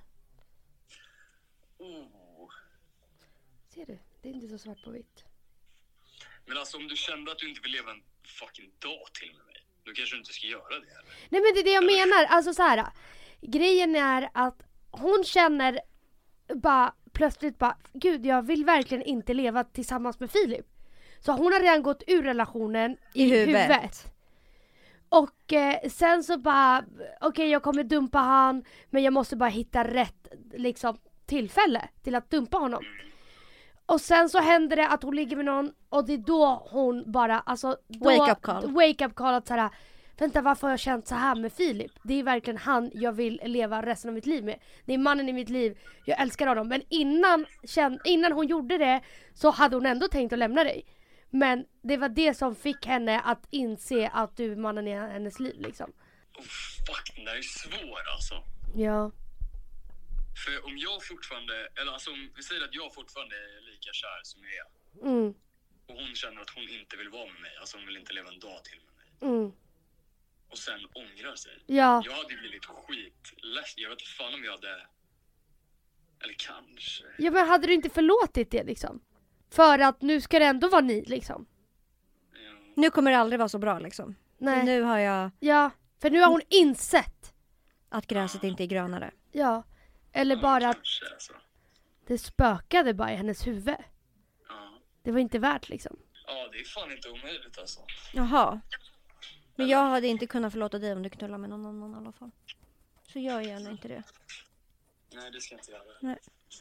Speaker 6: Oh.
Speaker 2: Ser du? Det är inte så svart på vitt.
Speaker 6: Men alltså om du kände att du inte vill leva en fucking dag till med mig, då kanske du inte ska göra det heller.
Speaker 2: Nej men det är det jag menar, alltså så här. Grejen är att hon känner bara plötsligt bara, gud jag vill verkligen inte leva tillsammans med Filip. Så hon har redan gått ur relationen i,
Speaker 1: I huvudet.
Speaker 2: huvudet. Och eh, sen så bara, okej okay, jag kommer dumpa han, men jag måste bara hitta rätt liksom tillfälle till att dumpa honom. Och sen så händer det att hon ligger med någon och det är då hon bara, alltså då,
Speaker 1: Wake up call.
Speaker 2: Wake up call att såhär, vänta varför har jag känt så här med Filip? Det är verkligen han jag vill leva resten av mitt liv med. Det är mannen i mitt liv, jag älskar honom. Men innan, känn, innan hon gjorde det så hade hon ändå tänkt att lämna dig. Men det var det som fick henne att inse att du är mannen i hennes liv liksom.
Speaker 6: Oh fuck, den där är svår alltså.
Speaker 2: Ja.
Speaker 6: För om jag fortfarande, eller alltså om vi säger att jag fortfarande är lika kär som jag är.
Speaker 2: Mm.
Speaker 6: Och hon känner att hon inte vill vara med mig, alltså hon vill inte leva en dag till med mig.
Speaker 2: Mm.
Speaker 6: Och sen ångrar sig.
Speaker 2: Ja.
Speaker 6: Jag hade blivit skitledsen, jag vet inte fan om jag hade, eller kanske.
Speaker 2: Ja men hade du inte förlåtit det liksom? För att nu ska det ändå vara ni liksom.
Speaker 6: Ja.
Speaker 1: Nu kommer det aldrig vara så bra liksom.
Speaker 2: Nej.
Speaker 1: Nu har jag
Speaker 2: Ja, för nu har hon insett.
Speaker 1: att gräset inte är grönare.
Speaker 2: Ja. Eller
Speaker 6: Ja,
Speaker 2: bara att
Speaker 6: kanske, alltså.
Speaker 2: det spökade bara i hennes huvud.
Speaker 6: Ja.
Speaker 2: Det var inte värt liksom.
Speaker 6: Ja, det är fan inte omöjligt alltså.
Speaker 1: Jaha. Men jag hade inte kunnat förlåta dig om du knullar med någon annan i alla fall. Så gör gärna inte det.
Speaker 6: Nej, det ska jag inte göra.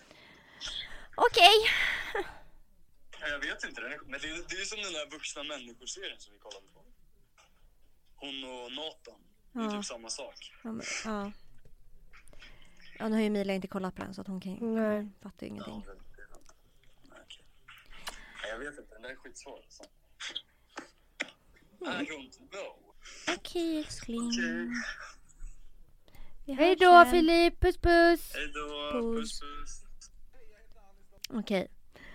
Speaker 1: Okej.
Speaker 6: Nej, jag vet inte, det. Men det är, det är som den där vuxna människoserien som vi kollade på. Hon och Nathan. Det är
Speaker 1: Ja.
Speaker 6: typ samma sak.
Speaker 1: Ja, men, ja. Ja, nu har ju Emilia inte kollat på den så att hon kan
Speaker 2: Nej.
Speaker 1: fattar ju ingenting.
Speaker 6: Ja, det är sant. Nej, okej. Nej, jag vet inte, den där är skitsvår alltså. I don't know.
Speaker 1: Okej, älskling.
Speaker 6: Okej.
Speaker 1: Vi
Speaker 2: Hej
Speaker 1: hörs
Speaker 2: då
Speaker 1: sen.
Speaker 2: Filip, puss puss.
Speaker 6: Hej då,
Speaker 1: Puss.
Speaker 6: puss puss.
Speaker 1: Okej.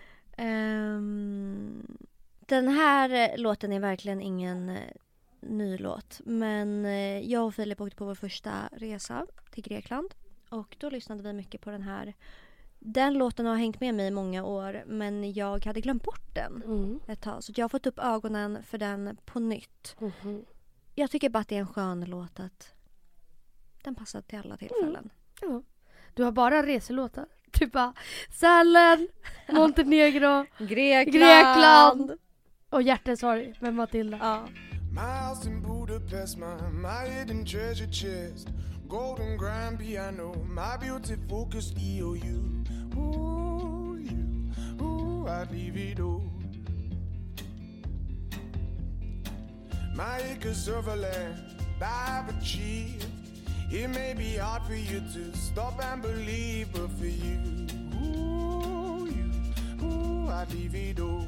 Speaker 1: Ehm, den här eh, låten är verkligen ingen eh, ny låt. Men eh, jag och Filip åkte på vår första resa till Grekland. Och då lyssnade vi mycket på den här. Den låten har hängt med mig i många år. Men jag hade glömt bort den
Speaker 2: Mm.
Speaker 1: ett tag. Så jag har fått upp ögonen för den på nytt.
Speaker 2: Mhm.
Speaker 1: Jag tycker bara att det är en skön låt. Att den passar till alla tillfällen.
Speaker 2: Ja. Du har bara reselåtar. Typ bara Sälen, Montenegro,
Speaker 1: Grekland!
Speaker 2: Grekland och Hjärtesorg med Matilda.
Speaker 1: Ja.
Speaker 7: My house in Budapest, my, my hidden treasure chest, golden grand piano, my beauty focused E O U. Ooh, you, ooh, I'd leave it all. my acres of a land I've achieved. It may be hard for you to stop and believe, but for you, ooh, you, ooh, I'd leave it all.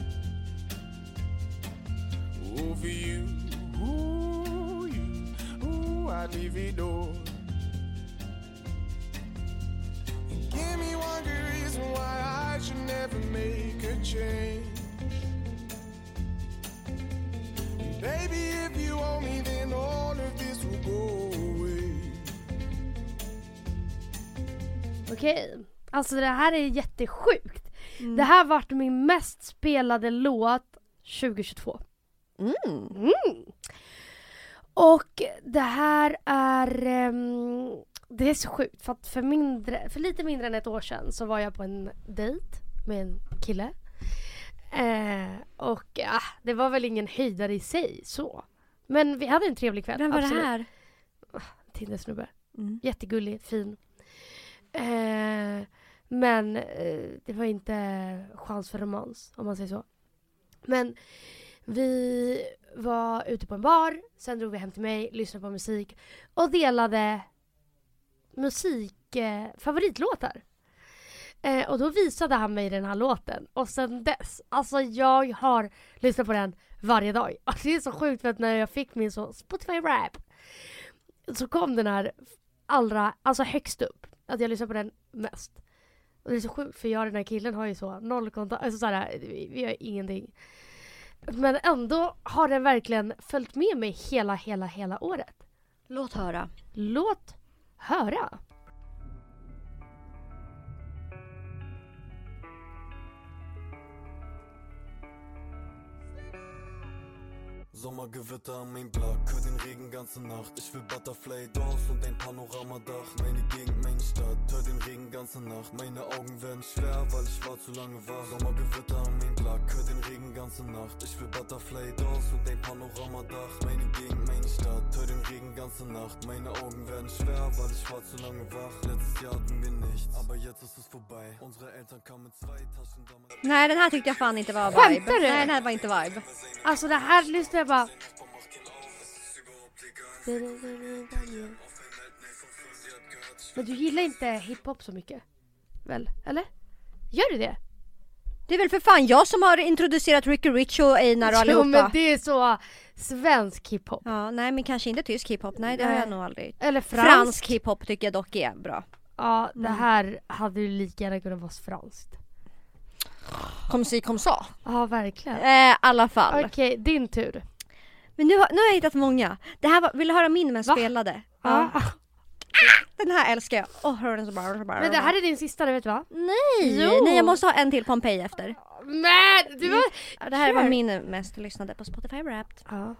Speaker 7: Ooh, for you, ooh, you, ooh, I'd leave it all. And give me one good reason why I should never make a change. Baby, if you owe me, then all of this will go away.
Speaker 2: Okej, alltså det här är jättesjukt.
Speaker 1: Mm.
Speaker 2: Det här vart min mest spelade låt tjugohundratjugotvå.
Speaker 1: Mm.
Speaker 2: Mm. Och det här är um, det är så sjukt för att för, mindre, för lite mindre än ett år sedan så var jag på en dejt med en kille. Eh, och ja, det var väl ingen höjdare i sig så. Men vi hade en trevlig kväll.
Speaker 1: Vem var
Speaker 2: absolut.
Speaker 1: det här?
Speaker 2: Tindersnubbe.
Speaker 1: Mm.
Speaker 2: Jättegullig, fin. Eh, men eh, det var inte chans för romans, om man säger så. Men vi var ute på en bar, sen drog vi hem till mig, lyssnade på musik och delade musik, eh, favoritlåtar. Eh, och då visade han mig den här låten. Och sen dess, alltså jag har lyssnat på den varje dag. Och det är så sjukt för att när jag fick min så Spotify rap så kom den här allra, alltså högst upp. Att jag lyssnar på den mest. Och det är så sjukt för jag och den här killen har ju så noll kontakt, alltså såhär, vi, vi gör ingenting. Men ändå har den verkligen följt med mig hela, hela, hela året.
Speaker 1: Låt höra.
Speaker 2: Låt höra.
Speaker 8: Sommergewitter an mein Block, hör den Regen ganze Nacht. Ich will Butterfly Dance und ein Panoramadach. Meine Gegend, meine Stadt, hör den Regen ganze Nacht. Meine Augen werden schwer, weil ich war zu lange wach. Sommergewitter an mein Block, hör den Regen ganze Nacht. Ich will Butterfly Dance und ein Panoramadach. Meine Gegend, meine Stadt, hör den Regen ganze Nacht. Meine Augen werden schwer, weil ich war zu lange wach. Letztes Jahr hatten wir nichts, aber jetzt ist es vorbei. Unsere Eltern kamen mit zwei Taschen damals.
Speaker 1: Nej, den här tyckte jag fan inte var vibe.
Speaker 2: Skämtar du?
Speaker 1: Nej, den här var inte vibe.
Speaker 2: Alltså det här lyssnar jag bara. Men du gillar inte hiphop så mycket? Väl? Eller? Gör du det?
Speaker 1: Det är väl för fan jag som har introducerat Ricky Rich och Einar och allihopa.
Speaker 2: Jo, men det är så svensk hiphop.
Speaker 1: Ja, nej men kanske inte tysk hiphop. Nej, det
Speaker 2: Nej.
Speaker 1: har jag nog aldrig.
Speaker 2: Eller fransk.
Speaker 1: Fransk hiphop tycker jag dock är bra.
Speaker 2: Ja, det
Speaker 1: Mm.
Speaker 2: här hade ju lika gärna kunnat vara franskt.
Speaker 1: Kom si, kom sa.
Speaker 2: Ja, verkligen.
Speaker 1: Eh, i alla fall.
Speaker 2: Okej, din tur.
Speaker 1: Men nu har, nu har jag hittat många. Det här var, vill du höra min mest
Speaker 2: Va?
Speaker 1: spelade?
Speaker 2: Ja.
Speaker 1: Den här älskar jag. Åh, hör den så bara, så bara.
Speaker 2: Men det här är din sista, vet du va?
Speaker 1: Nej,
Speaker 2: Jo.
Speaker 1: nej jag måste ha en till Pompeji efter.
Speaker 2: Men du var...
Speaker 1: Ja, det här
Speaker 2: Sure.
Speaker 1: var min mest lyssnade på Spotify Wrapped.
Speaker 2: Ja.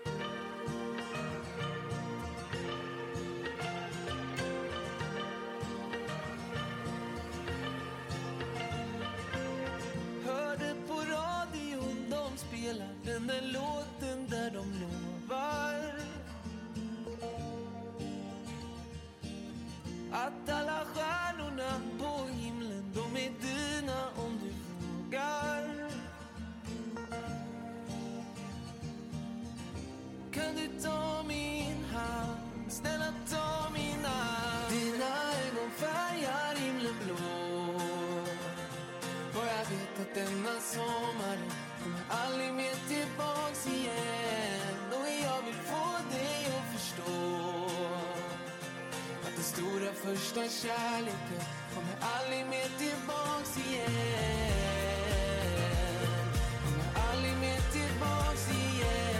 Speaker 8: Hörde på radion de spelar den där låten där de lovar att alla stjärnorna på himlen de är dina om du vågar. Kan du ta min hand, snälla ta min hand. Dina ögon färgar himlen blå. Och jag vet att denna sommaren kommer aldrig mer tillbaks igen. Och jag vill få dig att förstå att den stora första kärleken kommer aldrig mer tillbaks igen. Kommer aldrig mer tillbaks igen.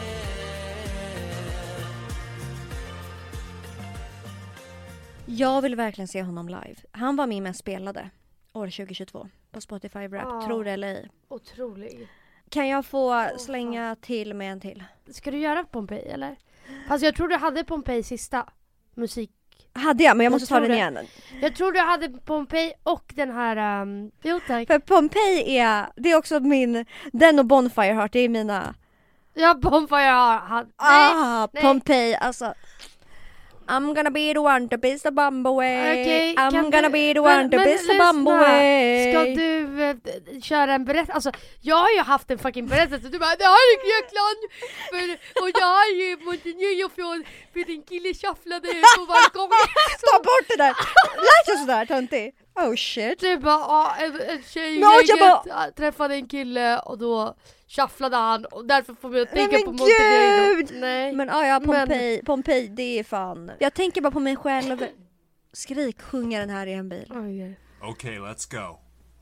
Speaker 1: Jag vill verkligen se honom live. Han var min mest spelade år tjugohundratjugotvå på Spotify Wrapped,
Speaker 2: Ja.
Speaker 1: tror det eller ej.
Speaker 2: Otrolig.
Speaker 1: Kan jag få slänga till med en till?
Speaker 2: Ska du göra Pompeji eller? Fast jag tror du hade Pompeji sista musik.
Speaker 1: Hade jag, men jag måste ta
Speaker 2: tror
Speaker 1: den
Speaker 2: det.
Speaker 1: igen.
Speaker 2: Jag tror du hade Pompeji och den här... Um... Jo tack.
Speaker 1: För Pompeji är, det är också min, den och Bonfire Heart, det är mina...
Speaker 2: Ja, Bonfire har... had- Nej.
Speaker 1: Ah,
Speaker 2: nej.
Speaker 1: Pompeji, alltså... I'm gonna be the one to piss the bum away.
Speaker 2: Okej,
Speaker 1: I'm
Speaker 2: kan
Speaker 1: gonna
Speaker 2: du-
Speaker 1: be the
Speaker 2: men-
Speaker 1: one to
Speaker 2: men
Speaker 1: piss the bum
Speaker 2: lyssna.
Speaker 1: away.
Speaker 2: Ska du eh, köra en berättelse? Alltså, jag har ju haft en fucking berättelse. Du bara, det här är Grekland. För, och jag är ju Montenegro från för din kille shufflade på balkongen.
Speaker 1: Ta bort det där. Lät jag sådär töntig? Oh shit.
Speaker 2: Du bara, ja, en, en tjej i
Speaker 1: No, jag
Speaker 2: gänget
Speaker 1: bara-
Speaker 2: träffade en kille och då shufflade han och därför får vi att
Speaker 1: Nej,
Speaker 2: tänka
Speaker 1: men
Speaker 2: på Montenegro.
Speaker 1: gud!
Speaker 2: Nej.
Speaker 1: Men ah, ja, Pompeji, Pompeji, det är fan. Jag tänker bara på mig själv. Skrik sjunga den här i en bil.
Speaker 2: Oj.
Speaker 9: Okay, let's go.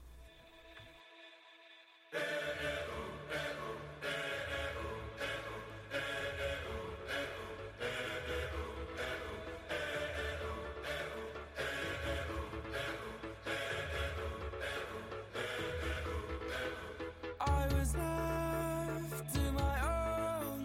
Speaker 7: I was left to my own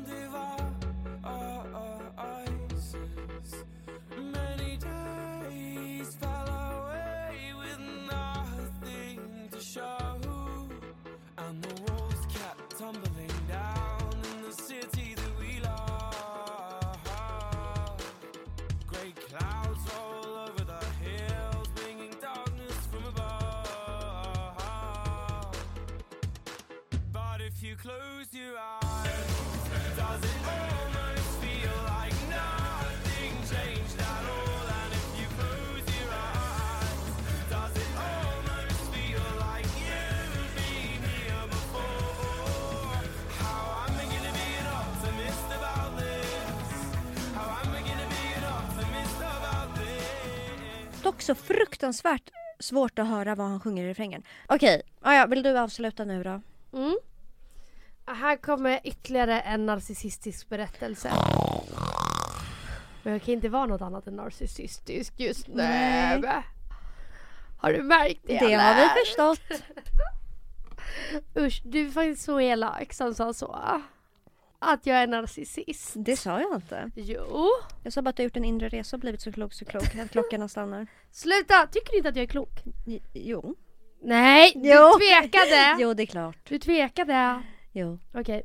Speaker 7: devices. Many days fell away with nothing to show, and the walls kept tumbling down in the city that we love. Great clouds all over the hills, bringing darkness from above. But if you close your eyes, does it almost feel like nothing changed at all? And if you close your eyes, does it almost feel like you've been here before? How am I gonna be an optimist about this? How am I gonna be an optimist about this?
Speaker 1: Dock så fruktansvärt svårt att höra vad han sjunger i refrängen. Okej, ah, ja, vill du avsluta nu då?
Speaker 2: Mm. Här kommer ytterligare en narcissistisk berättelse. Men jag kan inte vara något annat än narcissistisk just nu.
Speaker 1: Nej.
Speaker 2: Har du märkt det?
Speaker 1: Det har vi förstått.
Speaker 2: Usch, du är faktiskt så elak som sa så. Att jag är narcissist.
Speaker 1: Det sa jag inte.
Speaker 2: Jo.
Speaker 1: Jag sa bara att du har gjort en inre resa och blivit så klok så klok att klockorna stannar.
Speaker 2: Sluta, tycker du inte att jag är klok?
Speaker 1: J- jo.
Speaker 2: Nej, du
Speaker 1: Jo.
Speaker 2: tvekade.
Speaker 1: Jo, det är klart.
Speaker 2: Du tvekade.
Speaker 1: Jo.
Speaker 2: Okej.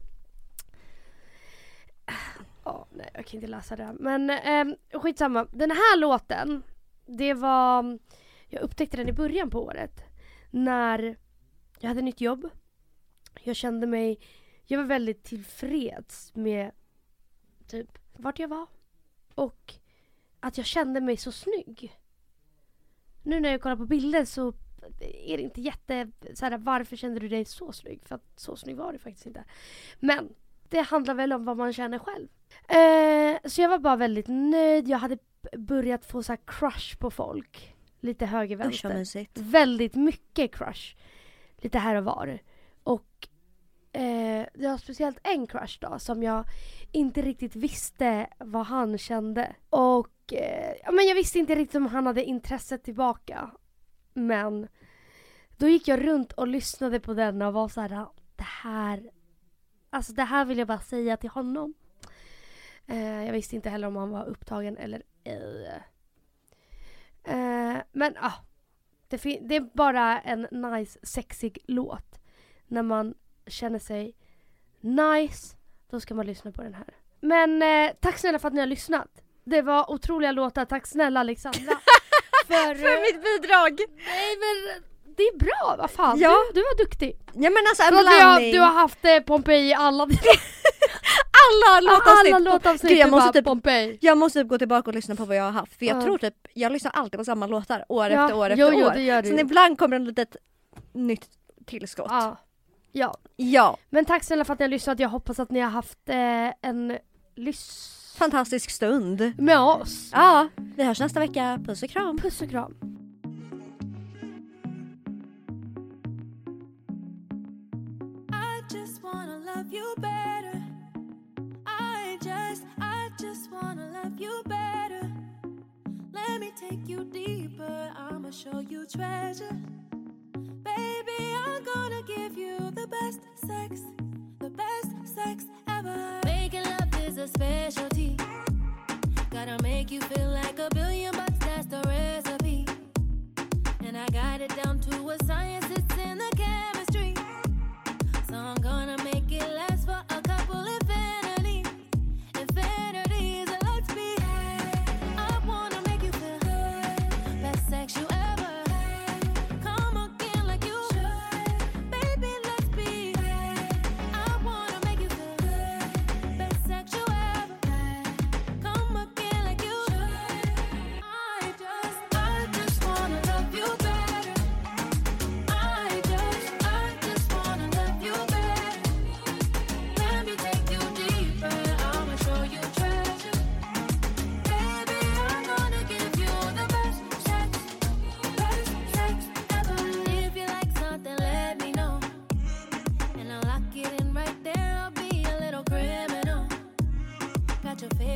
Speaker 2: Ja, nej, jag kan inte läsa det. Men eh, skitsamma. Den här låten, det var... Jag upptäckte den i början på året. När jag hade nytt jobb. Jag kände mig... Jag var väldigt tillfreds med typ vart jag var. Och att jag kände mig så snygg. Nu när jag kollar på bilder så är det inte jätte... Så här, varför kände du dig så snygg? För att så snygg var det faktiskt inte. Men det handlar väl om vad man känner själv. Eh, så jag var bara väldigt nöjd. Jag hade börjat få så här crush på folk. Lite höger
Speaker 1: Usch, vad
Speaker 2: vänster.
Speaker 1: mysigt.
Speaker 2: Väldigt mycket crush. Lite här och var. Och eh, det var speciellt en crush då som jag inte riktigt visste vad han kände. Och eh, ja, men jag visste inte riktigt om han hade intresse tillbaka. Men då gick jag runt och lyssnade på den och var så här, det här, alltså det här vill jag bara säga till honom. Eh, jag visste inte heller om han var upptagen eller ej. Eh, men ja, ah, det, fin- det är bara en nice, sexig låt. När man känner sig nice, då ska man lyssna på den här. Men eh, tack snälla för att ni har lyssnat. Det var otroliga låtar, tack snälla Alexandra. för,
Speaker 1: För mitt bidrag!
Speaker 2: Nej men det är bra, vad fan.
Speaker 1: Ja.
Speaker 2: Du, du var duktig.
Speaker 1: Ja men alltså en
Speaker 2: För att vi har,
Speaker 1: blandning.
Speaker 2: du har haft eh, Pompeji i alla
Speaker 1: alla låtavsnitt.
Speaker 2: alla låtavsnitt.
Speaker 1: Gud, jag
Speaker 2: är
Speaker 1: måste
Speaker 2: bara
Speaker 1: typ-
Speaker 2: Pompeji.
Speaker 1: Jag måste typ gå tillbaka och lyssna på vad jag har haft. För jag
Speaker 2: Ja.
Speaker 1: tror typ, jag lyssnar alltid på samma låtar år
Speaker 2: Ja,
Speaker 1: efter år
Speaker 2: jo,
Speaker 1: efter
Speaker 2: jo,
Speaker 1: år.
Speaker 2: det gör du
Speaker 1: Sen
Speaker 2: ju.
Speaker 1: ibland kommer en litet nytt tillskott.
Speaker 2: Ja. ja.
Speaker 1: Ja,
Speaker 2: Men tack snälla för att ni har lyssnat. Jag hoppas att ni har haft eh, en lyss
Speaker 1: fantastisk stund.
Speaker 2: med oss.
Speaker 1: Ja, vi hörs nästa vecka. Puss och kram.
Speaker 2: Puss och kram.
Speaker 3: I just wanna love you better. I just, I just wanna love you better. Let me take you deeper. I'ma show you treasure. Baby, I'm gonna give you the best sex, the best sex ever. Making love is a specialty. Gotta make you feel like a billion bucks, that's the recipe. And I got it down to a science, it's in the chemistry. So I'm gonna make it last for a couple infinity. Infinity, so let's be up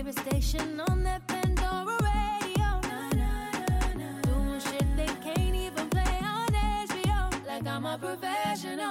Speaker 3: favorite station on that Pandora radio. Doing shit they can't even play on H B O. Like I'm a professional.